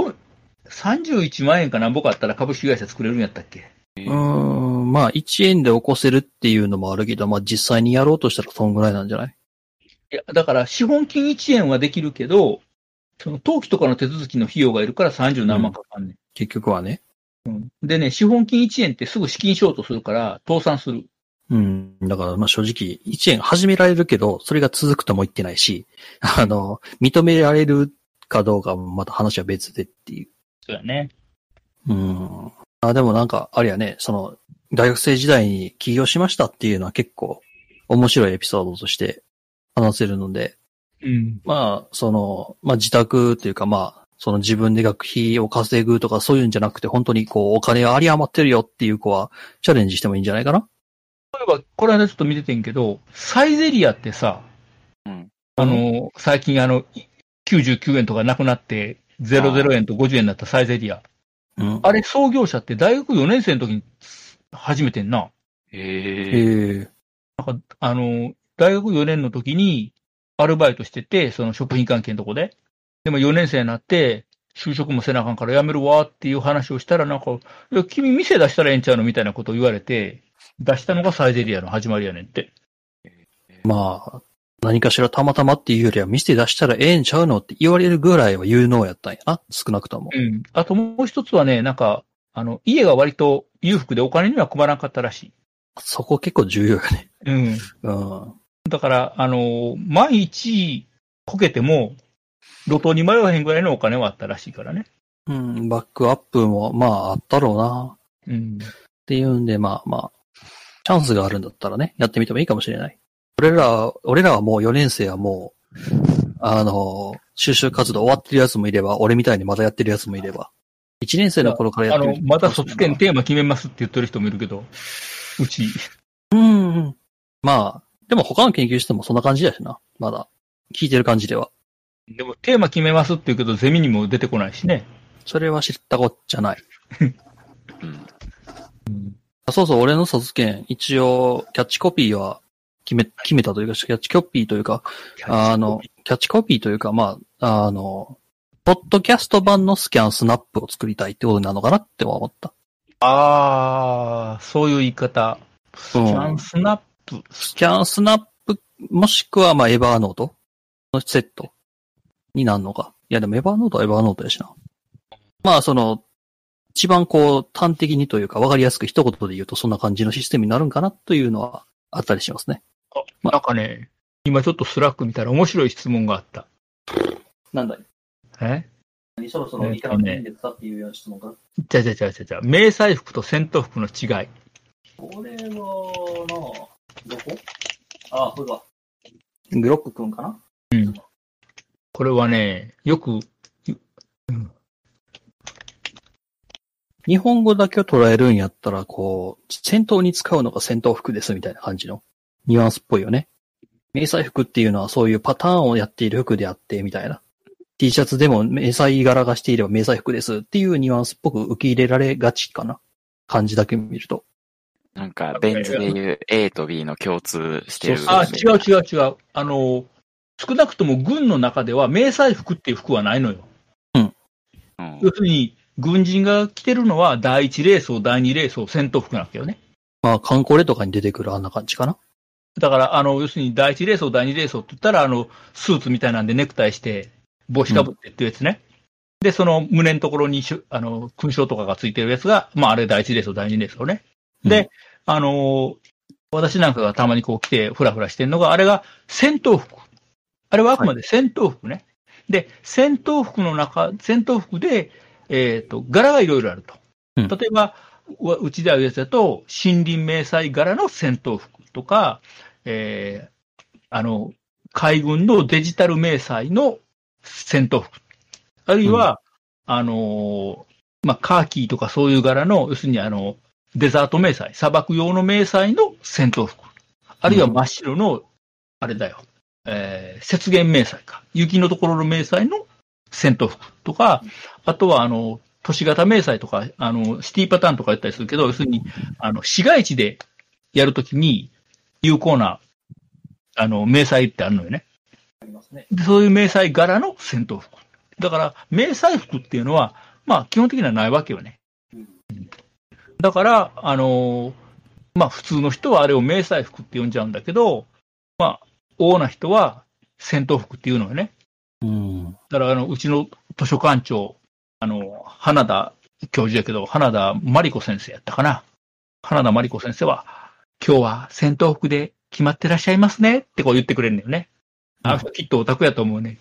31万円かなんぼかあったら株式会社作れるんやったっけ？ まあ1円で起こせるっていうのもあるけど、まあ実際にやろうとしたらそんぐらいなんじゃない？ いや、だから資本金1円はできるけど、その登記とかの手続きの費用がいるから30何万かかんねん。 結局はね。 でね、資本金1円ってすぐ資金ショートするから倒産する。 だからまあ正直1円始められるけど、それが続くとも言ってないし、認められるかどうかもまた話は別でっていう。 そうやね。 でもなんか、あれやね、その、大学生時代に起業しましたっていうのは結構面白いエピソードとして話せるので、まあ自宅というかまあ、その自分で学費を稼ぐとかそういうんじゃなくて本当にこうお金があり余ってるよっていう子はチャレンジしてもいいんじゃないかな？ 例えば、これはちょっと見ててんけど、サイゼリアってさ、最近99円とかなくなって、00円と50円になったサイゼリア。あれ創業者って大学4年生の時に始めてんな。なんか、大学4年の時にアルバイトしてて、その食品関係のとこで。でも4年生になって、就職もせなあかんから辞めるわっていう話をしたら、なんか、いや、君店出したらええんちゃうのみたいなことを言われて、出したのがサイゼリアの始まりやねんって。 まあ、何かしらたまたまっていうよりは店出したらええんちゃうのって言われるぐらいは有能やったんやな、少なくとも。 あともう一つはね、なんか、家が割と裕福でお金には困らなかったらしい。 そこ結構重要やね。 だから、毎日こけても、路頭に迷わへんぐらいのお金はあったらしいからね。 バックアップも、まあ、あったろうな。っていうんで、まあ、チャンスがあるんだったらね、やってみてもいいかもしれない。俺らはもう4年生はもう、就職活動終わってるやつもいれば、俺みたいにまだやってるやつもいれば。1年生の頃からやってる。 また卒検テーマ決めますって言ってる人もいるけど、うち。 まあ、でも他の研究室もそんな感じだしな。まだ。聞いてる感じでは。 でもテーマ決めますって言うけど、ゼミにも出てこないしね。 それは知ったこっちゃない。そうそう、俺の卒検、一応、キャッチコピーは決めたというか、キャッチコピーというか、キャッチコピーというか、まあ、ポッドキャスト版のスキャンスナップを作りたいってことなのかなって思った。 そういう言い方。スキャンスナップ。 スキャンスナップ、もしくは、まあ、エバーノートのセットになるのか。いや、でもエバーノートはエバーノートやしな。まあ、一番こう、端的にというか、わかりやすく一言で言うとそんな感じのシステムになるんかなというのはあったりしますね。 なんかね、今ちょっとスラック見たら面白い質問があった。 なんだい？そろそろ見たらいいんですかっていうような質問が。 じゃ迷彩服と戦闘服の違い。 これはどこ？これは。グロックくんかな？ これはね、よく、 日本語だけを捉えるんやったら、こう、戦闘に使うのが戦闘服ですみたいな感じのニュアンスっぽいよね。迷彩服っていうのはそういうパターンをやっている服であって、みたいな。T シャツでも迷彩柄がしていれば迷彩服ですっていうニュアンスっぽく受け入れられがちかな。漢字だけ見ると。 なんか、ベン図でいう A と B の共通してる。 違う。少なくとも軍の中では迷彩服っていう服はないのよ。要するに、軍人が着てるのは第一礼装、第二礼装、戦闘服なんだけどね。 まあ、カンコレとかに出てくるあんな感じかな。 だから、要するに第一礼装、第二礼装って言ったら、スーツみたいなんでネクタイして、帽子かぶってっていうやつね。で、その胸のところに、勲章とかがついてるやつが、まあ、あれ第一礼装、第二礼装ね。 で、私なんかがたまにこう来てフラフラしてるのが、あれが戦闘服。あれはあくまで戦闘服ね。で、戦闘服で、柄がいろいろあると。 うん例えば、うちであるやつだと、森林迷彩柄の戦闘服とか、海軍のデジタル迷彩の戦闘服。あるいは、カーキーとかそういう柄の、要するにデザート迷彩、砂漠用の迷彩の戦闘服。あるいは真っ白の、あれだよ、雪原迷彩か。雪のところの迷彩の戦闘服とか、あとは都市型迷彩とか、シティパターンとかやったりするけど、要するに、市街地でやるときに有効な、迷彩ってあるのよね。ありますね。そういう迷彩柄の戦闘服。だから、迷彩服っていうのは、基本的にはないわけよね。だから、普通の人はあれを迷彩服って呼んじゃうんだけど、大な人は戦闘服っていうのよね。だから、うちの図書館長、花田教授やけど、花田真理子先生やったかな。花田真理子先生は、今日は戦闘服で決まってらっしゃいますねってこう言ってくれるんだよね。あの人きっとオタクやと思うね。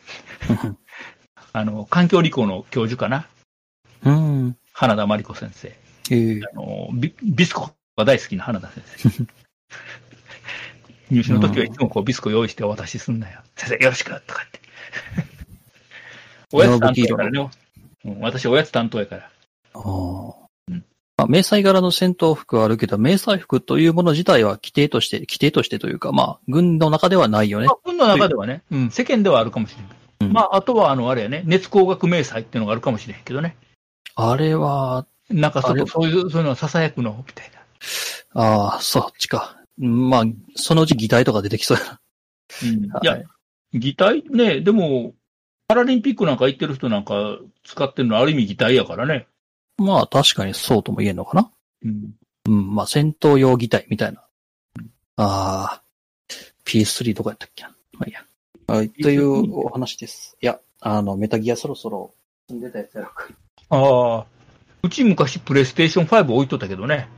環境理工の教授かな。花田真理子先生。ビスコが大好きな花田先生。入試の時はいつもこうビスコ用意してお渡しすんなよ。先生よろしくとかって。おやつ担当やからね。私おやつ担当やから。 迷彩柄の戦闘服はあるけど、迷彩服というもの自体は規定としてというか、軍の中ではないよね。 軍の中ではね、世間ではあるかもしれない。あとはあれやね、熱工学迷彩っていうのがあるかもしれんけどね。 あれは、 なんかそういうのを囁くのみたいな。そっちか。そのうち擬態とか出てきそうやな。 いや、擬態ね、でも、パラリンピックなんか行ってる人なんか使ってるのはある意味擬態やからね。 確かにそうとも言えるのかな。戦闘用擬態みたいな。PS3 どこやったっけな。いや。というお話です。いや、メタギアそろそろ積んでたやつやろうか。 うち昔プレイステーション5置いとったけどね。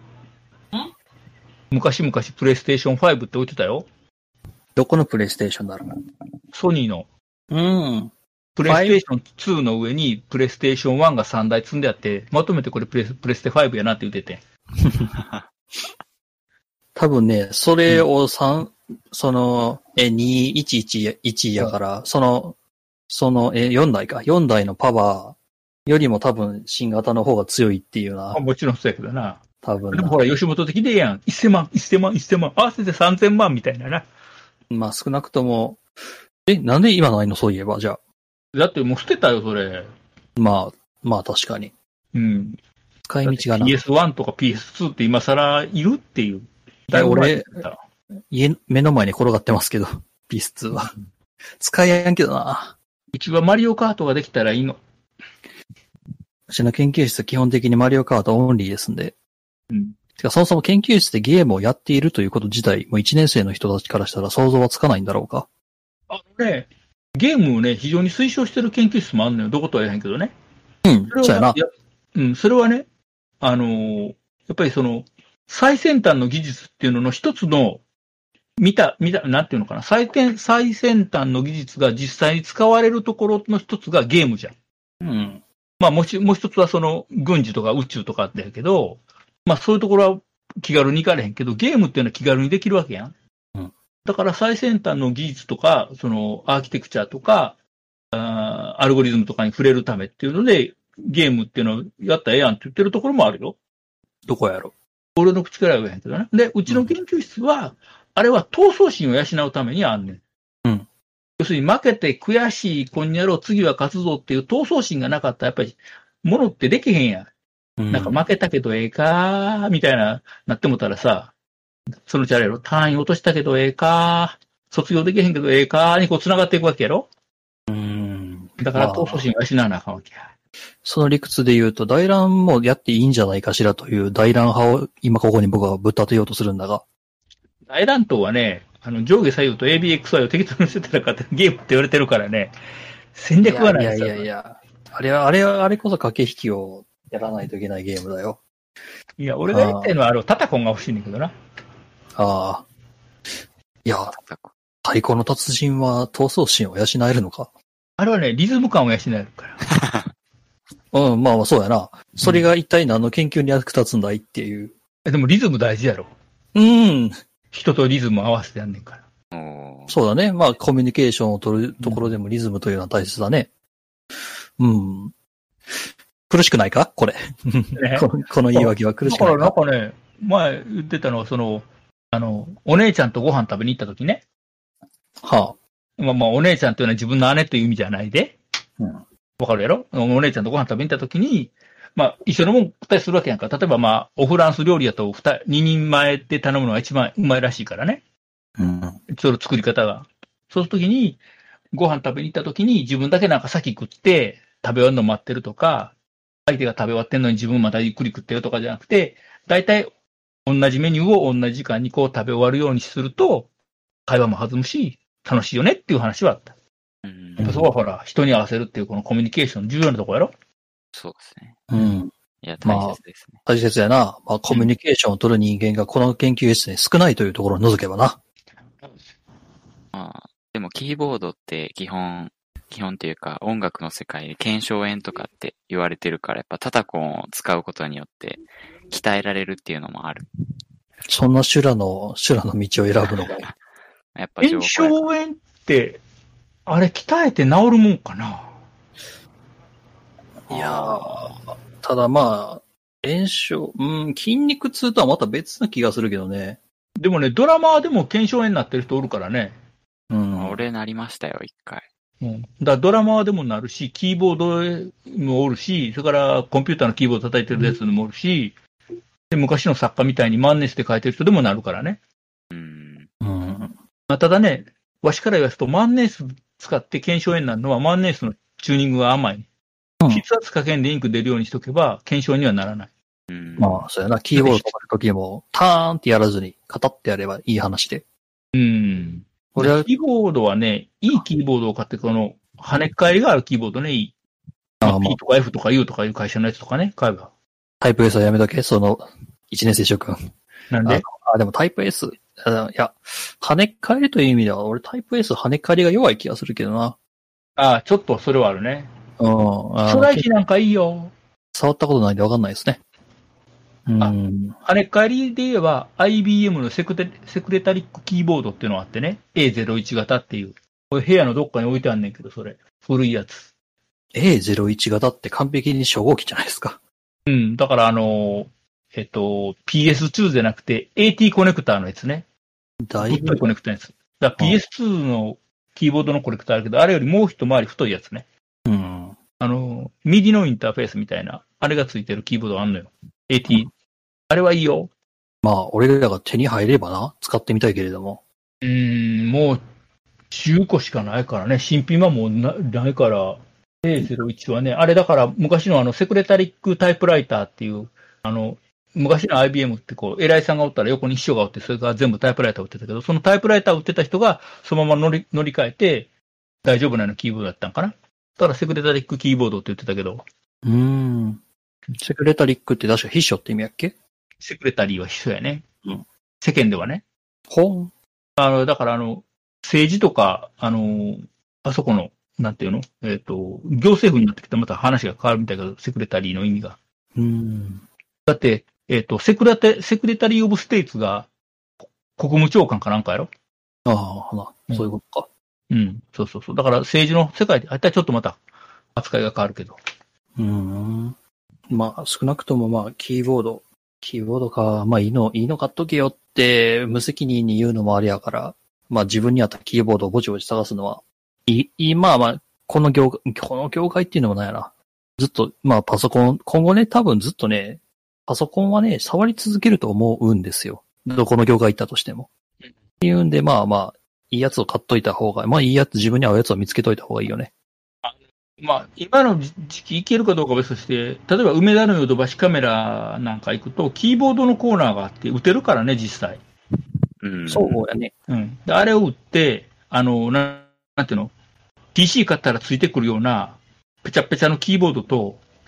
昔プレイステーション5って置いてたよ。 どこのプレイステーションだろう。 ソニーの。プレイステーション2の上にプレイステーション1が3台積んであって、まとめてこれプレステ5やなって言ってて。 多分ね、それを2111やから、4台か。4台のパワーよりも多分新型の方が強いっていうな。 もちろんそうやけどな。 多分。 でもほら、吉本的でやん。1000万。合わせて3000万みたいなな。 少なくとも、なんで今ないのそういえば、じゃあ。 だってもう捨てたよ、それ。 確かに。使い道がな。 PS1 とか PS2 って今更いるっていう。 俺、目の前に転がってますけど、PS2 は。使えやんけどな。 うちはマリオカートができたらいいの。 うちの研究室は基本的にマリオカートオンリーですんで。てかそもそも研究室でゲームをやっているということ自体、もう1年生の人たちからしたら想像はつかないんだろうか。 ゲームをね、非常に推奨してる研究室もあるのよ。どことは言えへんけどね。 そうやな。 それはね、やっぱり最先端の技術っていうのの一つの、なんていうのかな、最先端の技術が実際に使われるところの一つがゲームじゃん。もう一つは軍事とか宇宙とかってやけど、そういうところは気軽に行かれへんけど、ゲームっていうのは気軽にできるわけやん。だから最先端の技術とか、アーキテクチャとか、アルゴリズムとかに触れるためっていうので、ゲームっていうのをやったらええやんって言ってるところもあるよ。 どこやろ？ 俺の口からは言えへんけどね。で、うちの研究室は、あれは闘争心を養うためにあんねん。要するに負けて悔しい、こんにゃろう、次は勝つぞっていう闘争心がなかったら、やっぱり、ものってできへんやん。なんか負けたけどええかー、みたいな、なってもたらさ、そのうちあれやろ、単位落としたけどええかー、卒業できへんけどええかーにこう繋がっていくわけやろ。だから闘争心を養わなあかんわけや。 その理屈で言うと、大乱もやっていいんじゃないかしらという大乱派を今ここに僕はぶっ立てようとするんだが。 大乱闘はね、上下左右と ABXY を適当にしてたら勝てるゲームって言われてるからね、戦略はないですよ。 いや。あれこそ駆け引きをやらないといけないゲームだよ。 いや、俺が言ってるのはタタコンが欲しいんだけどな。 ああ。いや、太鼓の達人は闘争心を養えるのか。 あれはね、リズム感を養えるから。 うん、まあそうやな。それが一体何の研究に役立つんだいっていう。 でもリズム大事やろ。 うん。 人とリズム合わせてやんねんから。 そうだね。まあコミュニケーションを取るところでもリズムというのは大切だね。うん。苦しくないかこれ。ね、この言い訳は苦しくないか。 だからなんかね、前言ってたのは、お姉ちゃんとご飯食べに行った時ね。 はあ。まあ、お姉ちゃんというのは自分の姉という意味じゃないで。 うん。 わかるやろ？お姉ちゃんとご飯食べに行った時に、まあ、一緒のもん食ったりするわけやんか。例えばまあ、フランス料理だと2人前で頼むのが一番うまいらしいからね。 うん。 その作り方が。そうするときに、ご飯食べに行った時に自分だけなんか先食って食べ終わるの待ってるとか、相手が食べ終わってんのに自分またゆっくり食ってるとかじゃなくて、大体同じメニューを同じ時間にこう食べ終わるようにすると、会話も弾むし、楽しいよねっていう話はあった。やっぱそこはほら、人に合わせるっていうこのコミュニケーション重要なところやろ？ そうですね。 うん。 いや、大切ですね。 大切やな。まあ、コミュニケーションを取る人間がこの研究室に少ないというところを除けばな。 まあ、でもキーボードって基本というか音楽の世界で腱鞘炎とかって言われてるから、やっぱタタコンを使うことによって鍛えられるっていうのもある。 そんな修羅の道を選ぶのが。 やっぱ腱鞘炎って、あれ鍛えて治るもんかな？ いやー、ただまあ、筋肉痛とはまた別な気がするけどね。 でもね、ドラマーでも腱鞘炎になってる人おるからね。 うん。 俺なりましたよ、一回。 うん。だからドラマーでもなるし、キーボードもおるし、それからコンピューターのキーボード叩いてるやつもおるし、で昔の作家みたいに万年筆で書いてる人でもなるからね。 うん。 まあ、ただね、わしから言わすと万年筆使って腱鞘炎になるのは万年筆のチューニングが甘い。筆圧加減でインク出るようにしとけば、腱鞘にはならない。 まあ、そうやな。キーボードとかの時も、ターンってやらずに、カタってやればいい話で。 キーボードはね、いいキーボードを買って、この、跳ねっ返りがあるキーボードね、いい。P とか F とか U とかいう会社のやつとかね、買えば。 タイプ S はやめとけ、その、1年生諸君。 なんで？ でもタイプ S、いや、跳ねっ返りという意味では、俺タイプ S 跳ねっ返りが弱い気がするけどな。 ちょっとそれはあるね。 うん。 初代機なんかいいよ。 触ったことないんでわかんないですね。 跳ねっ返りで言えば、IBM のセクレタリックキーボードっていうのがあってね、A01 型っていう。これ部屋のどっかに置いてあんねんけど、それ。古いやつ。 A01 型って完璧に初号機じゃないですか。 うん。だからPS2 じゃなくて AT コネクターのやつね。 だいぶ。 コネクターのやつ。だから PS2 のキーボードのコネクターあるけど、あれよりもう一回り太いやつね。 うん。 ミディのインターフェースみたいな、あれがついてるキーボードあんのよ。AT。あれはいいよ。 まあ、俺らが手に入ればな、使ってみたいけれども。 もう、中古しかないからね。新品はもうないから、A01 はね、あれだから昔のセクレタリックタイプライターっていう、昔の IBM ってこう、偉いさんがおったら横に秘書がおって、それから全部タイプライターを売ってたけど、そのタイプライターを売ってた人がそのまま乗り換えて、大丈夫なのキーボードだったんかな。だからセクレタリックキーボードって言ってたけど。 セクレタリックって確か秘書って意味やっけ？ セクレタリーは秘書やね。 うん。 世間ではね。だから政治とか、あそこの、なんていうの？行政府になってきたらまた話が変わるみたいだけど、セクレタリーの意味が。だって、セクレタリーオブステイツが国務長官かなんかやろ？ そういうことか。 そう。だから政治の世界で、あいたらちょっとまた扱いが変わるけど。 まあ、少なくともまあ、キーボードか、まあいいの買っとけよって無責任に言うのもありやから、まあ自分に合ったキーボードをぼちぼち探すのは、まあ、この業界っていうのもないやな。ずっと、まあパソコン、今後ね、多分ずっとね、パソコンはね、触り続けると思うんですよ。どこの業界行ったとしても。っていうんで、まあ、いいやつを買っといた方が、まあいいやつ、自分に合うやつを見つけといた方がいいよね。 まあ、今の時期いけるかどうかは別として、例えば梅田のヨドバシカメラなんか行くと、キーボードのコーナーがあって打てるからね、実際。 そうやね。 で、あれを打って、なんていうの、PC 買ったらついてくるような、ペチャペチャのキーボードと、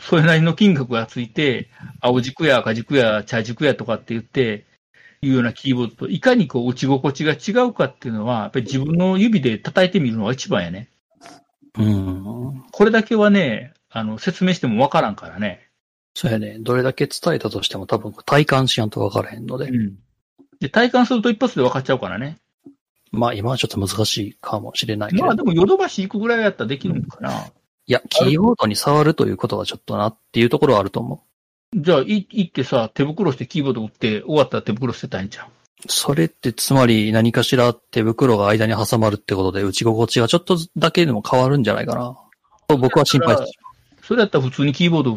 それなりの金額がついて、青軸や赤軸や茶軸やとかって言って、いうようなキーボードと、いかにこう打ち心地が違うかっていうのは、やっぱり自分の指で叩いてみるのが一番やね。これだけはね、説明してもわからんからね。 そうやね。どれだけ伝えたとしても多分体感しやんとわからへんので。 で、体感すると一発で分かっちゃうからね。 まあ今はちょっと難しいかもしれないけど。 まあでもヨドバシ行くぐらいやったらできるのかな。 いや、キーボードに触るということはちょっとなっていうところはあると思う。じゃあ、行ってさ、手袋してキーボード打って終わったら手袋してたらいいんじゃん。 それってつまり何かしら手袋が間に挟まるってことで打ち心地がちょっとだけでも変わるんじゃないかな。と僕は心配です。 それだったら普通にキーボード打って、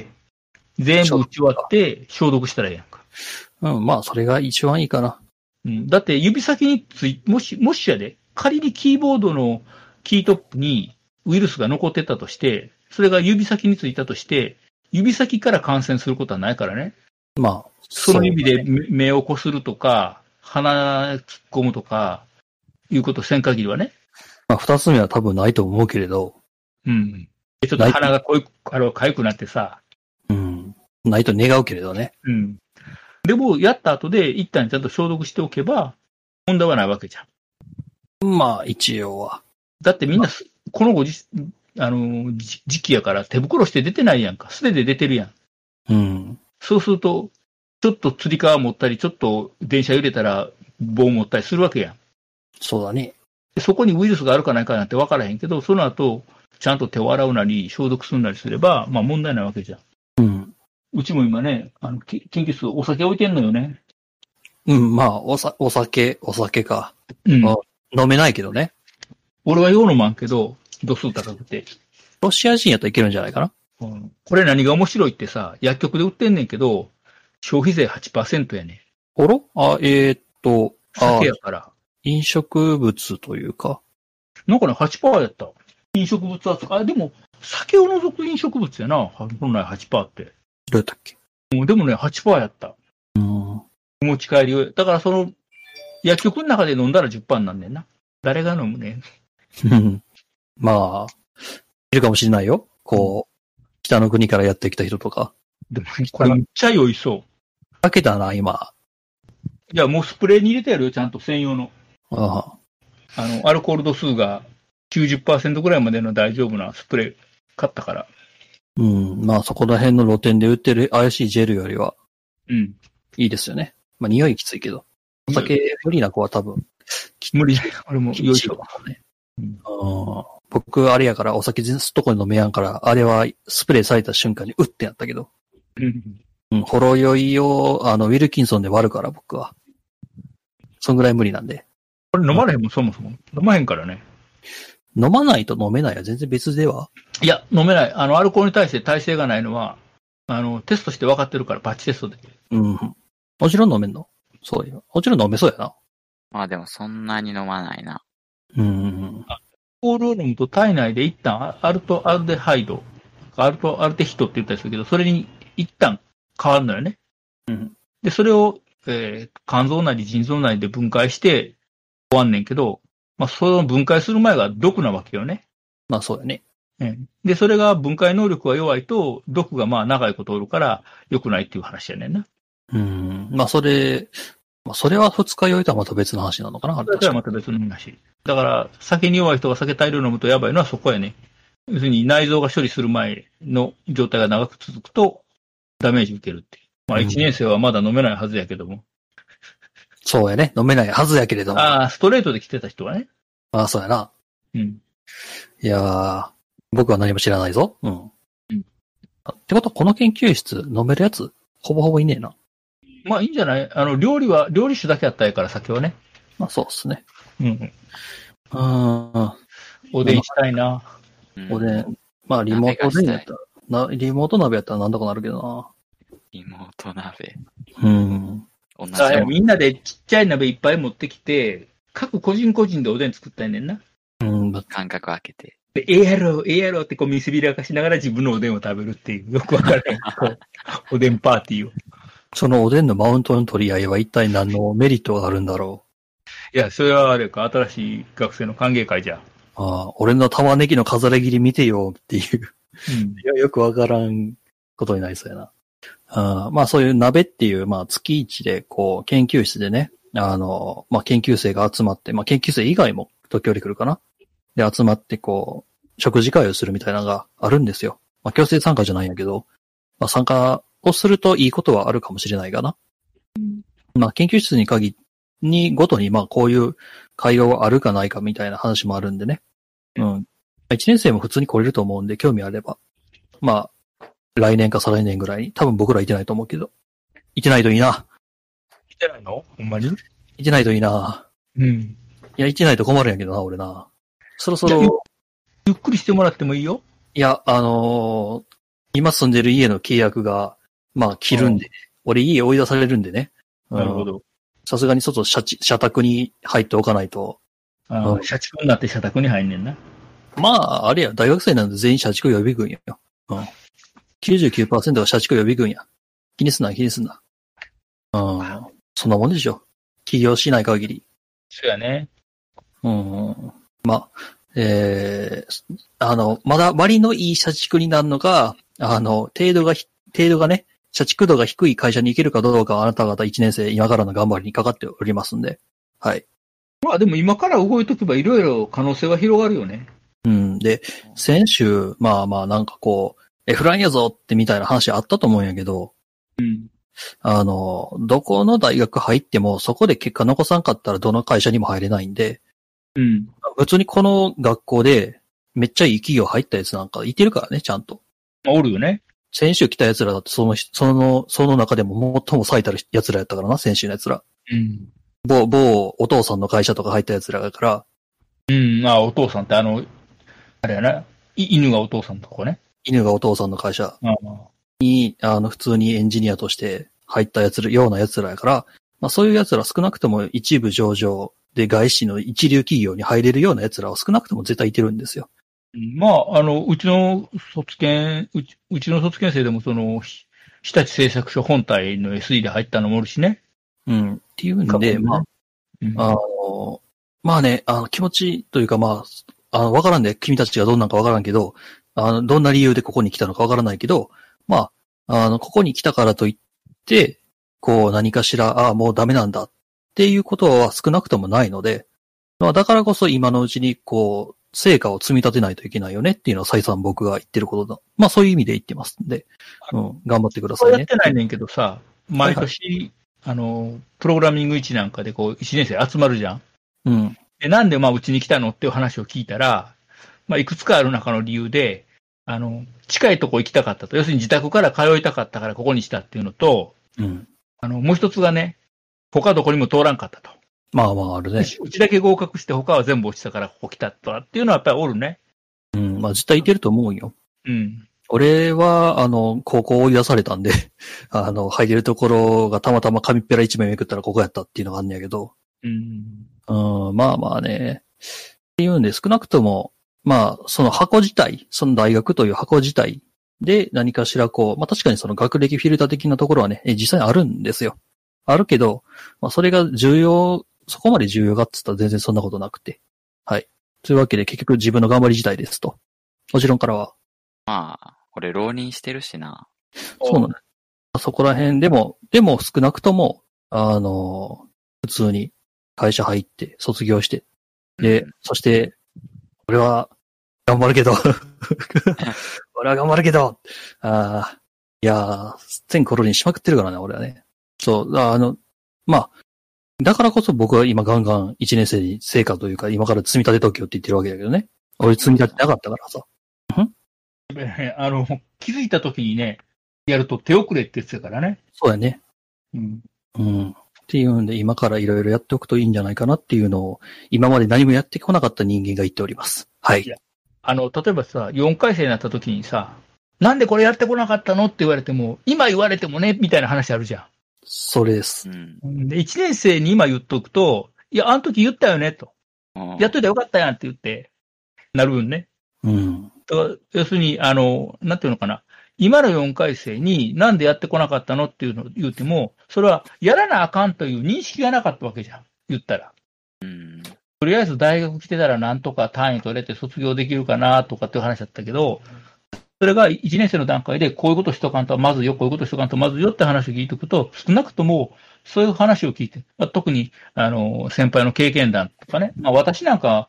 全部打ち終わって消毒したらいいやんか。 まあそれが一番いいかな。 だって指先にもしやで、仮にキーボードのキートップにウイルスが残ってたとして、それが指先についたとして、指先から感染することはないからね。 まあ、 その指で目をこするとか、鼻突っ込むとか、いうことせん限りはね。 まあ二つ目は多分ないと思うけれど。 ちょっと鼻がかゆくなってさ。 ないと願うけれどね。 でも、やった後で一旦ちゃんと消毒しておけば、問題はないわけじゃん。まあ、一応は。 だってみんな、この時期やから手袋して出てないやんか。素手で出てるやん。そうすると、ちょっとつり革持ったり、ちょっと電車揺れたら棒持ったりするわけやん。 そうだね。 そこにウイルスがあるかないかなんて分からへんけど、その後、ちゃんと手を洗うなり、消毒するなりすれば、まあ問題ないわけじゃん。うちも今ね、研究室お酒置いてんのよね。 まあ、お酒か。飲めないけどね。 俺はよう飲まんけど、度数高くて。 ロシア人やったらいけるんじゃないかな。 これ何が面白いってさ、薬局で売ってんねんけど、消費税 8% やねん。 あら酒やから。 飲食物というか。 なんかね、8% やった。飲食物は、でも、酒を除く飲食物やな、本来 8% って。 どうやったっけ？ でもね、8% やった。持ち帰りを。だからその、薬局の中で飲んだら 10% になんねんな。誰が飲むねん。 まあ、いるかもしれないよ。こう、北の国からやってきた人とか。 でも、これめっちゃ酔いそう。 だけだな、今。 いや、もうスプレーに入れてやるよ、ちゃんと専用の。アルコール度数が 90% ぐらいまでの大丈夫なスプレー買ったから。 まあそこら辺の露店で売ってる怪しいジェルよりは、いいですよね。まあ匂いきついけど。お酒無理な子は多分。 無理。俺も酔いそう。 僕、あれやからお酒ずっとこに飲めやんから、あれはスプレーされた瞬間にうってやったけど。ほろ酔いを、ウィルキンソンで割るから僕は。そんぐらい無理なんで。 これ飲まれへんもん、そもそも。飲まへんからね。 飲まないと飲めないは全然別では？ いや、飲めない。アルコールに対して耐性がないのは、テストして分かってるから、バッチテストで。 もちろん飲めんの？そうよ。もちろん飲めそうやな。 まあでもそんなに飲まないな。 アルコールを飲むと体内で一旦アルデハイド、アルデヒドって言ったりするけど、それに一旦変わるのよね。で、それを、肝臓なり腎臓なりで分解して終わんねんけど、まあ、その分解する前が毒なわけよね。 まあそうやね。 で、それが分解能力が弱いと、毒がまあ長いことおるから良くないっていう話やねんな。 まあそれは二日酔いとはまた別の話なのかな。 それはまた別の話。だから、酒に弱い人が酒大量飲むとやばいのはそこやね。要するに内臓が処理する前の状態が長く続くとダメージ受けるっていう。まあ1年生はまだ飲めないはずやけども。 そうやね。飲めないはずやけれども。 ストレートで来てた人はね。 そうやな。いやー、僕は何も知らないぞ。ってことは、この研究室飲めるやつ、ほぼほぼいねえな。 まあいいんじゃない？料理酒だけやったらいいから、酒はね。 まあそうっすね。 おでんしたいな。 おでん。まあリモートでやったら、リモート鍋やったらなんとかなるけどな。 リモート鍋。 同じみんなでちっちゃい鍋いっぱい持ってきて、各個人個人でおでん作ったんねんな。 間隔空けて。 で、ええやろってこう見せびらかしながら自分のおでんを食べるっていう、よくわからないおでんパーティーを。 そのおでんのマウントの取り合いは一体何のメリットがあるんだろう。いや、それはあれか、新しい学生の歓迎会じゃ。 俺の玉ねぎの飾り切り見てよっていう。 よくわからんことになりそうやな。まあそういう鍋っていう、まあ月一でこう研究室でね、まあ研究生が集まって、まあ研究生以外も時折来るかな。で集まってこう、食事会をするみたいなのがあるんですよ。まあ強制参加じゃないんやけど、まあ参加をするといいことはあるかもしれないかな。まあ研究室にごとにまあこういう会話はあるかないかみたいな話もあるんでね。一年生も普通に来れると思うんで興味あれば。まあ、来年か再来年ぐらいに。多分僕らいてないと思うけど。いてないといいな。 いてないのほんまにいてないといいな。いや、いてないと困るんやけどな、俺な。そろそろ。 ゆっくりしてもらってもいいよ。 いや、今住んでる家の契約が、まあ、切るんで、俺家追い出されるんでね。 なるほど。 さすがに社宅に入っておかないと。 社畜になって社宅に入んねんな。 まあ、あれや、大学生なんで全員社畜予備軍や。99% が社畜予備軍や。気にすんな。そんなもんでしょ。起業しない限り。 そうやね。 まあ、まだ割のいい社畜になるのか、程度がね、社畜度が低い会社に行けるかどうかはあなた方1年生今からの頑張りにかかっておりますんで。はい。 まあでも今から動いとけばいろいろ可能性は広がるよね。 で、先週、まあまあなんかこう、F ラインやぞってみたいな話あったと思うんやけど、どこの大学入ってもそこで結果残さんかったらどの会社にも入れないんで、普通にこの学校でめっちゃいい企業入ったやつなんかいてるからね、ちゃんと。 おるよね。 先週来た奴らだってその中でも最も最たる奴らやったからな、先週の奴ら。某お父さんの会社とか入った奴らだから。 お父さんってあれやな。犬がお父さんとかね。 犬がお父さんの会社に、普通にエンジニアとして入ったような奴らやから、まあそういう奴ら少なくとも一部上場で外資の一流企業に入れるような奴らは少なくとも絶対いてるんですよ。 まあ、うちの卒検生でも日立製作所本体の SE で入ったのもおるしね。 っていうんで、まあね、気持ちというかまあ、わからんで、君たちがどんなんかわからんけど、どんな理由でここに来たのかわからないけど、まあ、ここに来たからといって、こう何かしら、もうダメなんだっていうことは少なくともないので、まあ、だからこそ今のうちに、こう、成果を積み立てないといけないよねっていうのは再三僕が言ってることだ。まあそういう意味で言ってますんで、頑張ってくださいね。 そうやってないねんけどさ、毎年、プログラミング1なんかでこう、1年生集まるじゃん。で、なんでうちに来たのっていう話を聞いたら、いくつかある中の理由で、近いとこ行きたかったと。要するに自宅から通いたかったからここに来たっていうのと、もう一つがね、他どこにも通らんかったと。 まあまああるね。 うちだけ合格して他は全部落ちたからここ来たとかっていうのはやっぱりおるね。 まあ実際いてると思うよ。俺は、高校追い出されたんで、入れるところがたまたま紙っぺら一枚めくったらここやったっていうのがあんねやけど。まあまあね。っていうんで少なくとも、まあ、その箱自体、その大学という箱自体で何かしらこう、まあ確かにその学歴フィルター的なところはね、実際にあるんですよ。あるけど、まあそれがそこまで重要かって言ったら全然そんなことなくて。はい。というわけで結局自分の頑張り自体ですと。もちろんからは。 まあ、俺浪人してるしな。 そうなんだ。そこら辺でも少なくとも、普通に会社入って卒業して。で、そして、俺は頑張るけど、俺は頑張るけど、いやー、全コロニしまくってるからね、俺はね。そう、まあ、だからこそ僕は今ガンガン1年生に成果というか今から積み立てとけよって言ってるわけだけどね。俺積み立てなかったからさ。 気づいた時にね、やると手遅れって言ってたからね。 そうやね。っていうんで今からいろいろやっておくといいんじゃないかなっていうのを今まで何もやってこなかった人間が言っております。はい。 例えばさ、4回生になった時にさ、なんでこれやってこなかったのって言われても、今言われてもね、みたいな話あるじゃん。 それです。 で、1年生に今言っとくと、いや、あの時言ったよね、と。やっといたらよかったやんって言って、なるんね。要するに、なんていうのかな。今の4回生になんでやってこなかったのっていうのを言うても、それはやらなあかんという認識がなかったわけじゃん。言ったら。とりあえず大学来てたらなんとか単位取れて卒業できるかなとかっていう話だったけど、 それが1年生の段階で、こういうことしとかんとまずいよ、こういうことしとかんとまずいよって話を聞いておくと、少なくとも、そういう話を聞いて、特に、先輩の経験談とかね、私なんか、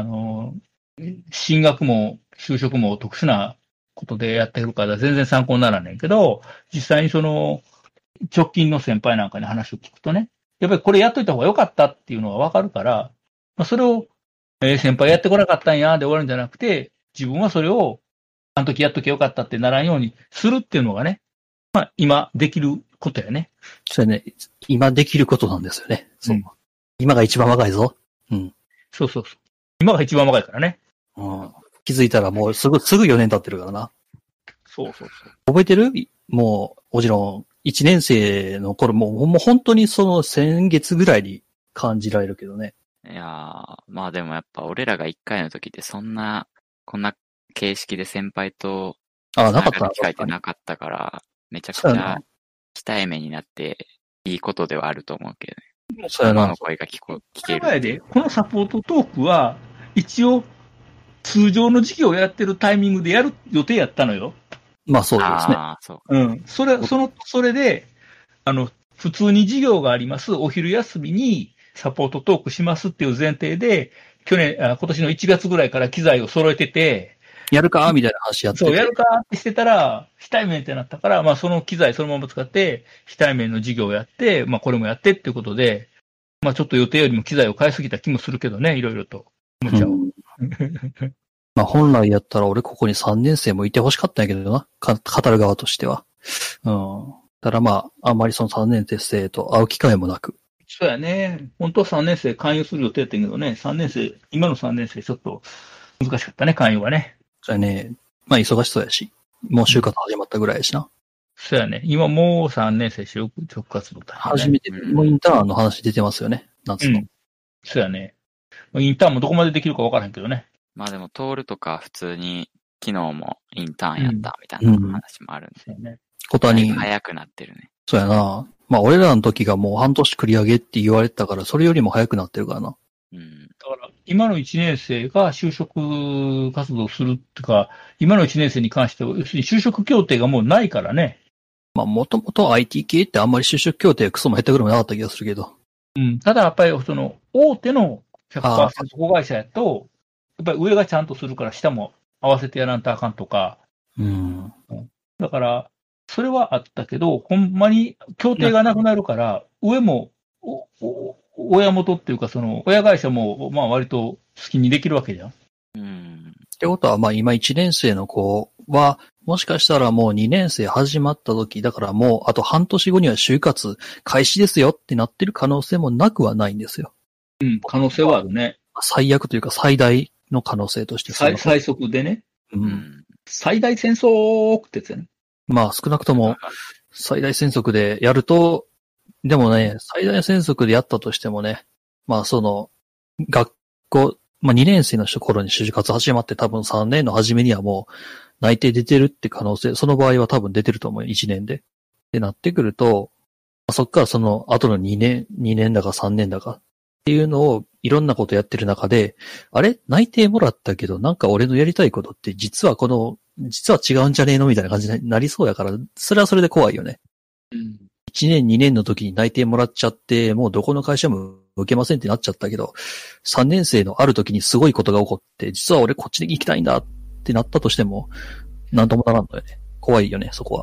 進学も就職も特殊なことでやってるから全然参考にならないけど、実際にその、直近の先輩なんかに話を聞くとね、やっぱりこれやっといた方が良かったっていうのがわかるから、それを、先輩やってこなかったんやで終わるんじゃなくて、自分はそれを、あの時やっときゃよかったってならんようにするっていうのがね、今できることやね。 それね、今できることなんですよね。そう。今が一番若いぞ。うん。 そう。今が一番若いからね。 うん。気づいたらもうすぐ4年経ってるからな。 そう。 覚えてる？もう、もちろん、1年生の頃、もう本当にその先月ぐらいに感じられるけどね。 いやー、でもやっぱ俺らが1回の時ってこんな形式で先輩となかった機会ってなかったから、めちゃくちゃ期待目になっていいことではあると思うけどね。 そうやな。 の声が聞ける。 前で、このサポートトークは、一応、通常の授業をやってるタイミングでやる予定やったのよ。 まあそうですね。 そう。うん。それで、普通に授業があります、お昼休みにサポートトークしますっていう前提で、今年の1月ぐらいから機材を揃えてて、 やるかみたいな話やってて。 そう、やるかってしてたら、非対面ってなったから、その機材そのまま使って、非対面の授業をやって、これもやってっていうことで、ちょっと予定よりも機材を買いすぎた気もするけどね、いろいろと。思っちゃう。 本来やったら俺ここに3年生もいてほしかったんやけどな。語る側としては。うん。ただあんまりその3年生と会う機会もなく。 そうやね。本当は3年生勧誘する予定やったんやけどね、今の3年生ちょっと難しかったね、勧誘はね。 そうやね。忙しそうやし。もう就活始まったぐらいやしな。 そうやね。今もう3年生就活動だ、ね。 初めて、もうインターンの話出てますよね。夏の。 そうやね。インターンもどこまでできるか分からへんけどね。 でも、トールとか普通に昨日もインターンやったみたいな話もあるんで。 ね。 早くなってるね。 そうやな。俺らの時がもう半年繰り上げって言われてたから、それよりも早くなってるからな。 だから、今の1年生が就職活動するってか、今の1年生に関しては、要するに就職協定がもうないからね。 もともと IT 系ってあんまり就職協定クソも減ったぐらいもなかった気がするけど。 ただやっぱり大手の 100% 子会社やと、やっぱり上がちゃんとするから下も合わせてやらんとあかんとか。だから、それはあったけど、ほんまに協定がなくなるから、上も、親元っていうか、親会社も、割と好きにできるわけじゃん。 ってことは、今1年生の子は、もしかしたらもう2年生始まった時、だからもうあと半年後には就活開始ですよってなってる可能性もなくはないんですよ。 可能性はあるね。 最悪というか最大の可能性として。 最速でね。最大戦争ってやつやね。 少なくとも最大戦速でやると、でもね、最大戦速でやったとしてもね、学校、2年生の頃に就活始まって多分3年の初めにはもう内定出てるって可能性、その場合は多分出てると思うよ、1年で。ってなってくると、そっからその後の2年だか3年だかっていうのをいろんなことやってる中で、あれ内定もらったけどなんか俺のやりたいことって実は違うんじゃねえのみたいな感じになりそうやから、それはそれで怖いよね。1年2年の時に内定もらっちゃって、もうどこの会社も受けませんってなっちゃったけど、3年生のある時にすごいことが起こって、実は俺こっちに行きたいんだってなったとしても、なんともならんのよね。怖いよね、そこは。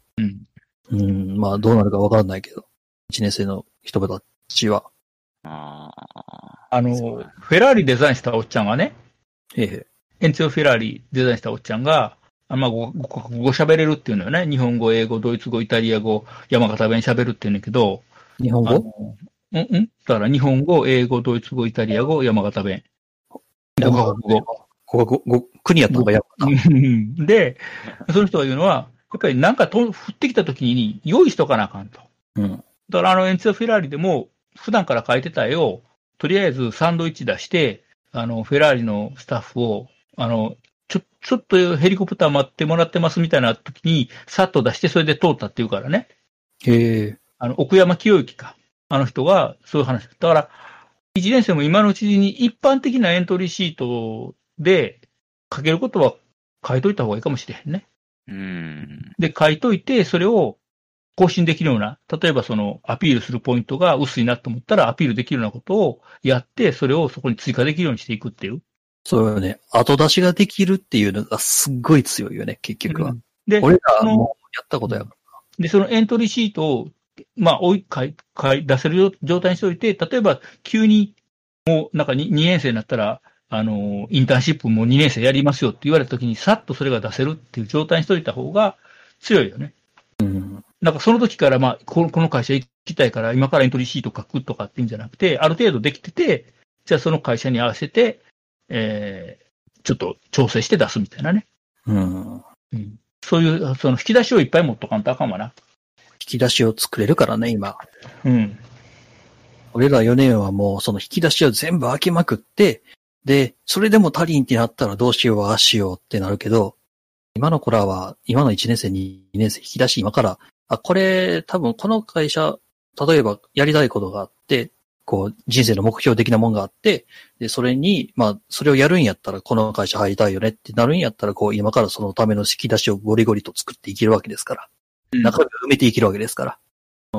どうなるかわからないけど、1年生の人たちは。 フェラーリデザインしたおっちゃんがね、エンツィオ・フェラーリデザインしたおっちゃんが、5カ国語喋れるっていうのよね。日本語、英語、ドイツ語、イタリア語、山形弁喋るっていうんだけど。 日本語？ だから日本語、英語、ドイツ語、イタリア語、山形弁。5カ国語。国やったのがやった。 で、その人が言うのは、やっぱりなんか降ってきた時に用意しとかなあかんと。だからエンツィオ・フェラーリでも、普段から描いてた絵を、とりあえずサンドイッチ出して、フェラーリのスタッフを、ちょっとヘリコプター待ってもらってますみたいな時に、さっと出してそれで通ったっていうからね。奥山清之か。あの人がそういう話。だから、1年生も今のうちに一般的なエントリーシートで書けることは書いといた方がいいかもしれへんね。 で、書いといて、それを更新できるような、例えばそのアピールするポイントが薄いなと思ったらアピールできるようなことをやって、それをそこに追加できるようにしていくっていう。 そうよね。後出しができるっていうのがすっごい強いよね、結局は。 で、 俺らもうやったことやから。 で、そのエントリーシートを、まあ、出せる状態にしておいて、例えば急にもうなんか 2年生になったら、インターンシップも2年生やりますよって言われたときに、さっとそれが出せるっていう状態にしておいた方が強いよね。なんかその時から、まあ、この会社行きたいから、今からエントリーシート書くとかっていうんじゃなくて、ある程度できてて、じゃあその会社に合わせて、ちょっと調整して出すみたいなね。そういう、その引き出しをいっぱい持っとかんとあかんわな。 引き出しを作れるからね、今。 俺ら4年はもうその引き出しを全部開けまくって、で、それでも足りんってなったらどうしようああしようってなるけど、今の子らは、今の1年生、2年生引き出し今から、これ多分この会社、例えばやりたいことがあって、こう人生の目標的なもんがあって、で、それに、まあ、それをやるんやったらこの会社入りたいよねってなるんやったら、こう今からそのための引き出しをゴリゴリと作っていけるわけですから。中身を埋めていけるわけですから。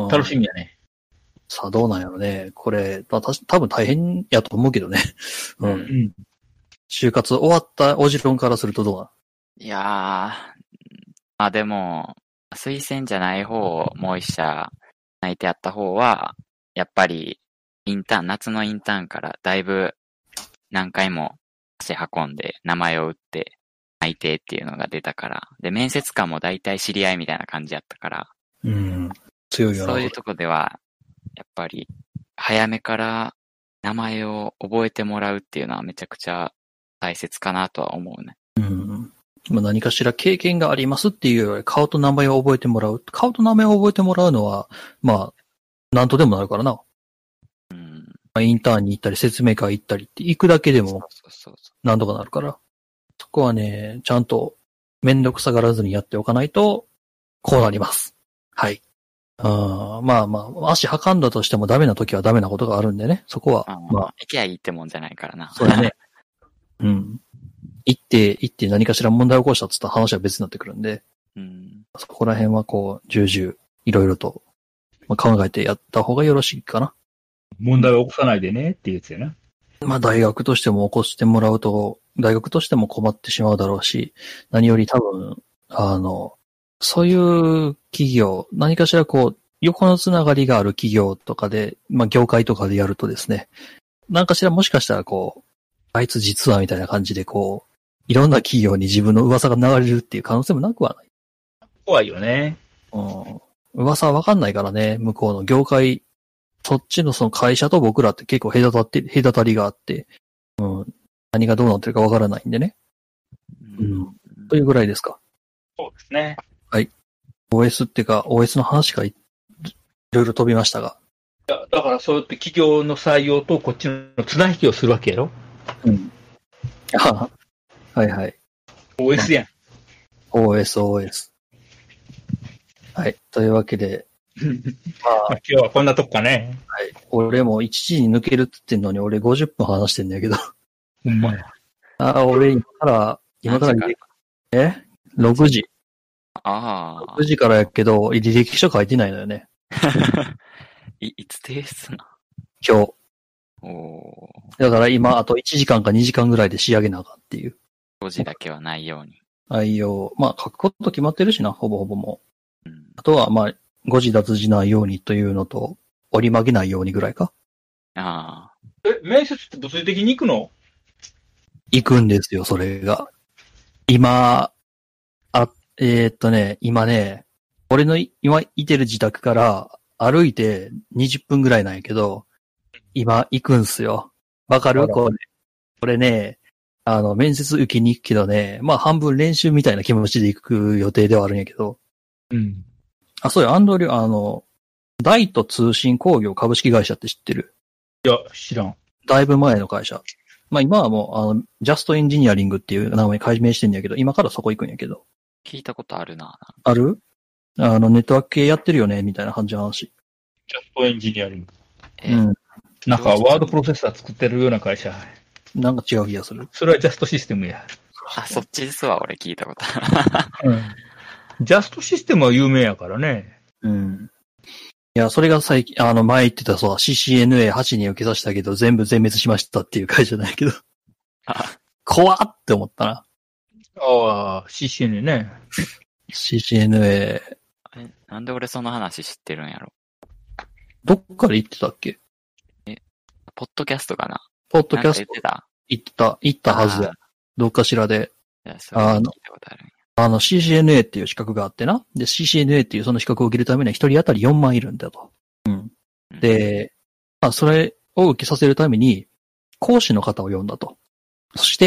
楽しみやね。 さあどうなんやろね。これ、多分大変やと思うけどね。就活終わったおじろんからするとどうなの？ いやー、まあでも、推薦じゃない方をもう一社内定あった方は、やっぱり夏のインターンからだいぶ何回も足運んで名前を打って内定っていうのが出たから、で、面接官も大体知り合いみたいな感じやったから、 強いよな。 そういうとこでは、やっぱり早めから名前を覚えてもらうっていうのはめちゃくちゃ大切かなとは思うね。 まあ、何かしら経験がありますっていうより顔と名前を覚えてもらう。顔と名前を覚えてもらうのは、まあ、なんとでもなるからな。インターンに行ったり説明会行ったりって行くだけでもなんとかなるから。そこはね、ちゃんとめんどくさがらずにやっておかないと、こうなります。はい。まあまあ、足運んだとしてもダメな時はダメなことがあるんでね。そこは。まあ。 行きゃいいってもんじゃないからな。 そうだね。行って何かしら問題を起こしたって言ったら話は別になってくるんで。そこら辺はこう、重々、いろいろと、考えてやった方がよろしいかな。 問題を起こさないでねっていうやつやな。 まあ大学としても起こしてもらうと、大学としても困ってしまうだろうし、何より多分、そういう企業、何かしらこう、横のつながりがある企業とかで、まあ業界とかでやるとですね、何かしらもしかしたらこう、あいつ実はみたいな感じでこう、いろんな企業に自分の噂が流れるっていう可能性もなくはない。 怖いよね。 噂はわかんないからね、向こうの業界、そっちのその会社と僕らって結構隔たりがあって、何がどうなってるかわからないんでね。というぐらいですか。 そうですね。 はい。OS っていうか、OS の話がいろいろ飛びましたが。 いや、だからそうやって企業の採用とこっちの綱引きをするわけやろ。 はいはい。 OS やん。 OS。はい。というわけで。 まあ、今日はこんなとこかね。 はい。俺も1時に抜けるって言ってんのに俺50分話してんだけど。 ほんまや。 俺今から6時。6時からやけど、履歴書書いてないのよね。 いつ提出な？ 今日。だから今、あと1時間か2時間ぐらいで仕上げなあかんっていう。 5時だけはないように。 内容。まあ、書くこと決まってるしな、ほぼほぼもう。あとは、まあ、誤字脱字ないようにというのと、折り曲げないようにぐらいか。 面接って物理的に行くの？ 行くんですよ、それが。今、今ね、俺の今いてる自宅から歩いて20分ぐらいなんやけど、今行くんすよ。わかる？これね、面接受けに行くけどね、まあ半分練習みたいな気持ちで行く予定ではあるんやけど。そうよ、大都通信工業株式会社って知ってる？ いや、知らん。 だいぶ前の会社。まあ今はもう、ジャストエンジニアリングっていう名前改名してんやけど、今からそこ行くんやけど。 聞いたことあるな。 ある？ネットワーク系やってるよね、みたいな感じの話。 ジャストエンジニアリング。なんかワードプロセッサー作ってるような会社。 なんか違う気がする。 それはジャストシステムや。 そっちですわ、俺聞いたこと。 ジャストシステムは有名やからね。 うん。いや、それが最近、前言ってたそう、CCNA8 人受けさせたけど、全部全滅しましたっていう会じゃないけど。怖って思ったな。 ああ、CCN ね。 CCNA。 なんで俺その話知ってるんやろ。 どっから言ってたっけ？ ポッドキャストかな。 ポッドキャスト言ってた言ったはずだ。どっかしらで。 いや、それ聞いたことあるんや。 CCNA っていう資格があってな。で、CCNA っていうその資格を受けるためには一人当たり4万いるんだと。うん。で、まあ、それを受けさせるために、講師の方を呼んだと。そして、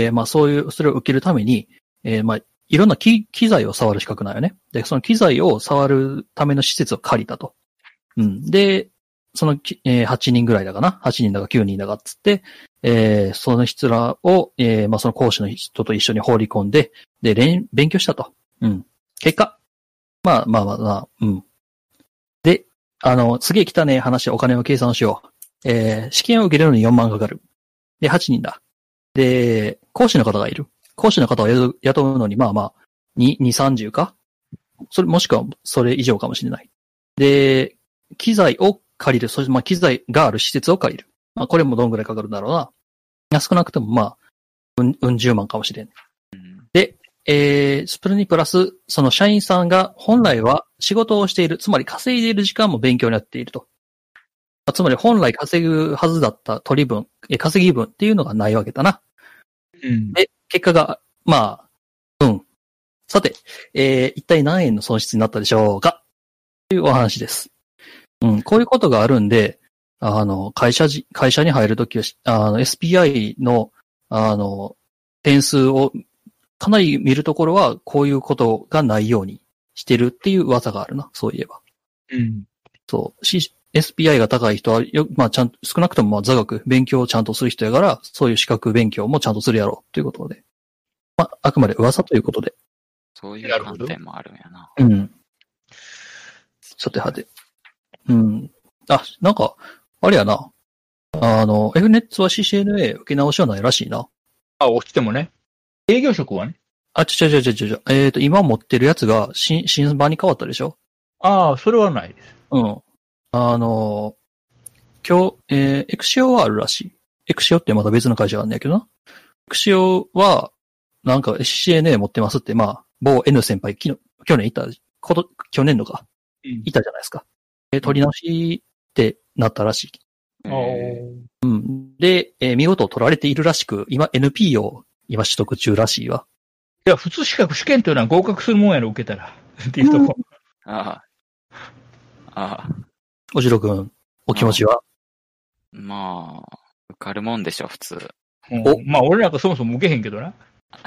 まあ、それを受けるために、まあ、いろんな機材を触る資格なんよね。で、その機材を触るための施設を借りたと。うん。で、その、8人ぐらいだかな ?8 人だか9人だかっつって、その人らを、まあ、その講師の人と一緒に放り込んで、で、勉強したと。うん。結果。まあ、うん。で、すげえ汚ね話、お金を計算しよう。試験を受けるのに4万かかる。で、8人だ。で、講師の方がいる。講師の方を雇うのに、まあ、2、30かそれ、もしくはそれ以上かもしれない。で、機材を借りる。そして、まあ、機材がある施設を借りる。まあ、これもどんぐらいかかるんだろうな。少なくとも、まあ、十万かもしれん。で、それにプラス、その社員さんが本来は仕事をしている、つまり稼いでいる時間も勉強になっていると。つまり本来稼ぐはずだった取り分、稼ぎ分っていうのがないわけだな。 うん。 で、結果が、まあ、うん。さて、一体何円の損失になったでしょうかというお話です。うん、こういうことがあるんで、会社に入るときは、SPI の、点数をかなり見るところは、こういうことがないようにしてるっていう噂があるな、そういえば。 うん。 そう。SPI が高い人はまあちゃんと、少なくともまあ座学、勉強をちゃんとする人やから、そういう資格勉強もちゃんとするやろうということで。まあ、あくまで噂ということで。 そういう観点もあるんやな。 うん。さてはて。うん。あ、なんか、あれやな。Fnets は CCNA 受け直しはないらしいな。 あ、落ちてもね。営業職はね。 あ、今持ってるやつが新版に変わったでしょ？ ああ、それはないです。 うん。今日、エクシオはあるらしい。エクシオってまた別の会社があるんだけどな。エクシオは、なんか CCNA 持ってますって、まあ、某 N 先輩、去年いた、去年のか、いたじゃないですか。取り直しってなったらしい。うん。で、見事取られているらしく、今 NP を今取得中らしいわ。 いや、普通資格試験というのは合格するもんやろ、受けたら。っていうとこ。 ああ。 おじろくん、お気持ちは？ まあ、受かるもんでしょ、普通。 まあ、俺なんかそもそも受けへんけどな。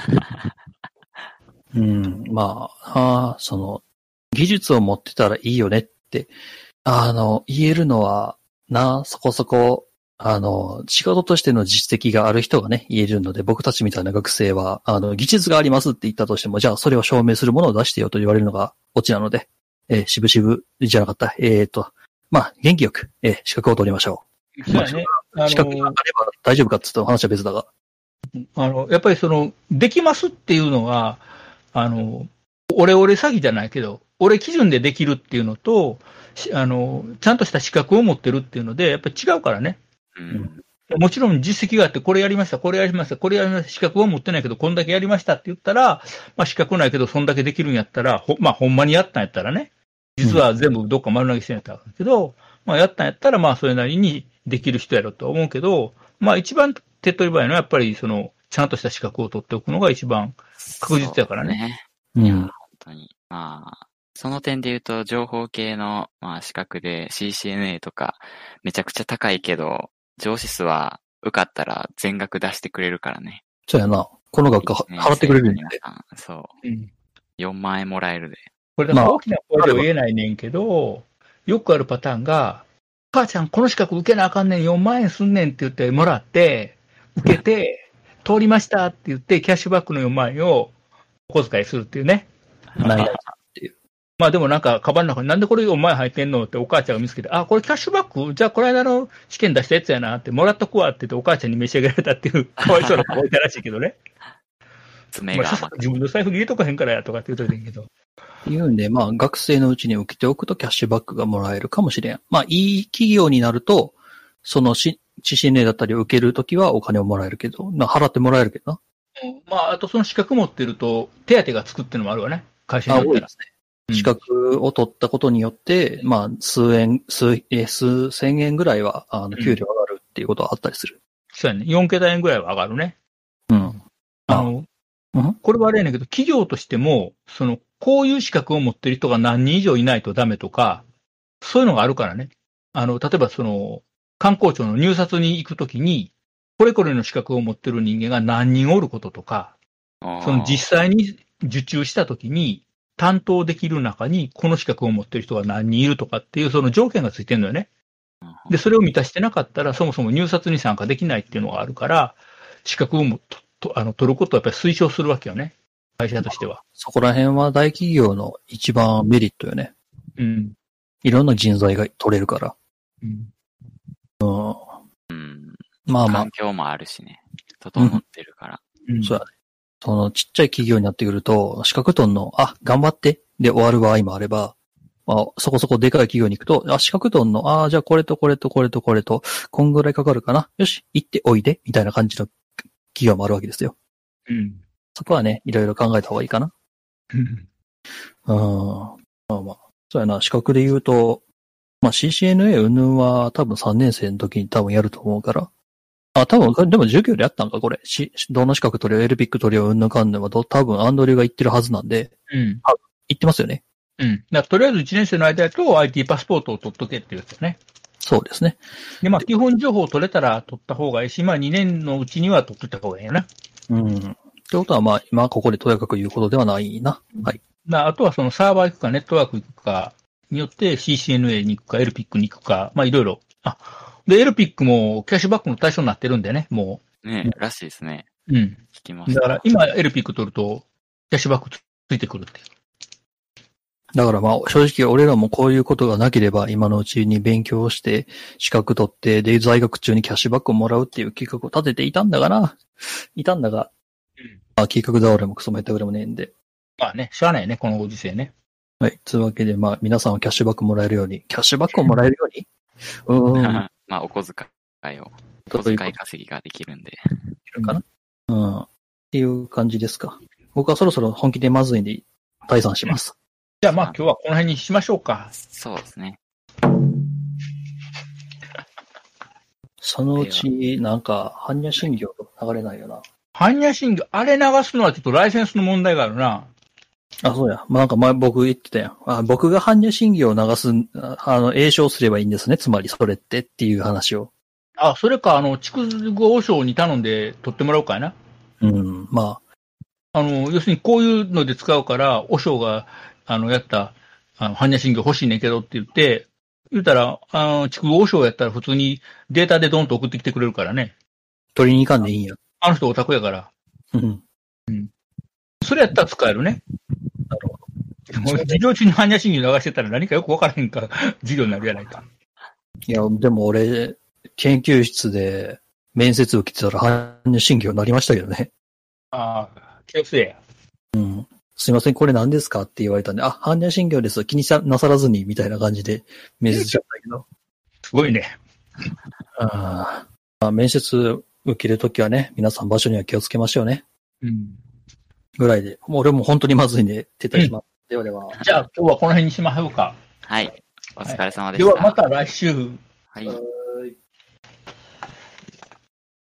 うん、まあ、技術を持ってたらいいよねって、言えるのは、そこそこ、仕事としての実績がある人がね、言えるので、僕たちみたいな学生は、技術がありますって言ったとしても、じゃあそれを証明するものを出してよと言われるのがオチなので、しぶしぶじゃなかった。まあ、元気よく、資格を取りましょう。 そうだね。 資格があれば大丈夫かって言ったら話は別だが。 やっぱりできますっていうのは、オレ詐欺じゃないけど、俺基準でできるっていうのと、ちゃんとした資格を持ってるっていうので、やっぱり違うからね。 うん。 もちろん実績があって、これやりました、これやりました、これやりました、資格は持ってないけど、こんだけやりましたって言ったら、まあ資格ないけど、そんだけできるんやったら、まあほんまにやったんやったらね、実は全部どっか丸投げしてんやったらけど、まあやったんやったら、まあそれなりにできる人やろと思うけど、まあ一番手っ取り早いのはやっぱりちゃんとした資格を取っておくのが一番確実やからね。 いや、本当に。まあ、その点で言うと、情報系の、まあ、資格で CCNA とか、めちゃくちゃ高いけど、上司数は受かったら全額出してくれるからね。 そうやな。この学科払ってくれるんで。 そう。4万円もらえるで。 これだから大きな声では言えないねんけど、よくあるパターンが、母ちゃんこの資格受けなあかんねん、4万円すんねんって言ってもらって、受けて、通りましたって言って、キャッシュバックの4万円をお小遣いするっていうね。まあでもなんか、カバンの中になんでこれ4万円入ってんのってお母ちゃんが見つけて、あ、これキャッシュバックじゃあこの間の試験出したやつやなって、もらっとくわって言ってお母ちゃんに召し上げられたっていう、かわいそうな子がいたらしいけどね。 まあ、 爪が甘く。 自分の財布に入れとかへんからやとかって言うといてんけど。 っていうんで、まあ、学生のうちに受けておくとキャッシュバックがもらえるかもしれん。まあ、いい企業になると、そのCCNA だったりを受けるときはお金をもらえるけど、払ってもらえるけどな。 まあ、あとその資格持ってると、手当がつくっていうのもあるわね。会社によったら。 多いですね。資格を取ったことによって、まあ、数千円ぐらいは、給料上がるっていうことはあったりする。 そうやね。4桁円ぐらいは上がるね。 うん。 これはあれやねんけど、企業としても、こういう資格を持ってる人が何人以上いないとダメとか、そういうのがあるからね。例えば観光庁の入札に行くときに、これこれの資格を持ってる人間が何人おることとか、実際に受注したときに、担当できる中に、この資格を持ってる人が何人いるとかっていう、その条件がついてるのよね。で、それを満たしてなかったら、そもそも入札に参加できないっていうのがあるから、資格を取ることをやっぱり推奨するわけよね。会社としては。 そこら辺は大企業の一番メリットよね。 うん。 いろんな人材が取れるから。 うん。 まあまあ。 環境もあるしね。整ってるから。 そうだね。ちっちゃい企業になってくると、資格取んの、頑張って、で終わる場合もあれば、まあ、そこそこでかい企業に行くと、資格取んの、じゃあこれとこれとこれとこれと、こんぐらいかかるかな。よし、行っておいで、みたいな感じの企業もあるわけですよ。 うん。 そこはね、いろいろ考えた方がいいかな。まあまあ。そうやな、資格で言うと、まあ CCNA 云々は多分3年生の時に多分やると思うから。多分、でも授業でやったんか、これ。どの資格取りよう、LPIC 取りよう、うんぬんかんぬんは多分アンドリューが言ってるはずなんで。 うん。 言ってますよね。 うん。だからとりあえず1年生の間だと IT パスポートを取っとけっていうやつですね。 そうですね。 で、まあ基本情報を取れたら取った方がいいし、まあ2年のうちには取っといた方がいいよな。 うん。ってことはまあ今ここでとやかく言うことではないな。はい。 まああとはそのサーバー行くかネットワーク行くかによって CCNA に行くか LPIC に行くか、まあいろいろ。で、LPIC もキャッシュバックの対象になってるんでね、もう。 ねらしいですね。 うん。 聞きました。 だから今 LPIC 取ると、キャッシュバックついてくるっていう。 だからまあ正直俺らもこういうことがなければ今のうちに勉強して資格取ってで在学中にキャッシュバックをもらうっていう計画を立てていたんだが、まあ計画倒れもクソもやったぐらいもねえんで。 まあね、しゃあないね、このご時世ね。 はい。というわけでまあ皆さんはキャッシュバックもらえるように、キャッシュバックをもらえるようにまあお小遣いを、お小遣い稼ぎができるんで。 かな。っていう感じですか。僕はそろそろ本気でまずいんで退散します。 じゃあまあ今日はこの辺にしましょうか。 そうですね。 そのうち、なんか、般若心経と流れないよな。 般若心経、あれ流すのはちょっとライセンスの問題があるな。 そうや。まあ、なんか前僕言ってたやん。僕が般若心経を流す、詠唱すればいいんですね。つまりそれっていう話を。 それか、筑後和尚に頼んで取ってもらおうかいな。 まあ。要するにこういうので使うから、和尚が、やった、般若心経欲しいねんけどって言ったら、筑後和尚やったら普通にデータでドンと送ってきてくれるからね。 取りに行かんでいいんや。 あの人オタクやから。それやったら使えるね。 なるほど。 もう授業中に般若心経流してたら何かよくわからへんか、授業になるやないか。 いや、でも俺、研究室で面接受けてたら般若心経になりましたけどね。 気をつけや。 すいません、これ何ですかって言われたんで、般若心経です。気になさらずに、みたいな感じで面接しちゃったけど。 すごいね。 面接受けるときはね、皆さん場所には気をつけましょうね。ぐらいで。もう俺も本当にまずいんで、撤退します。ではでは。 じゃあ今日はこの辺にしましょうか。 はい。お疲れ様でした。 ではまた来週。 はい。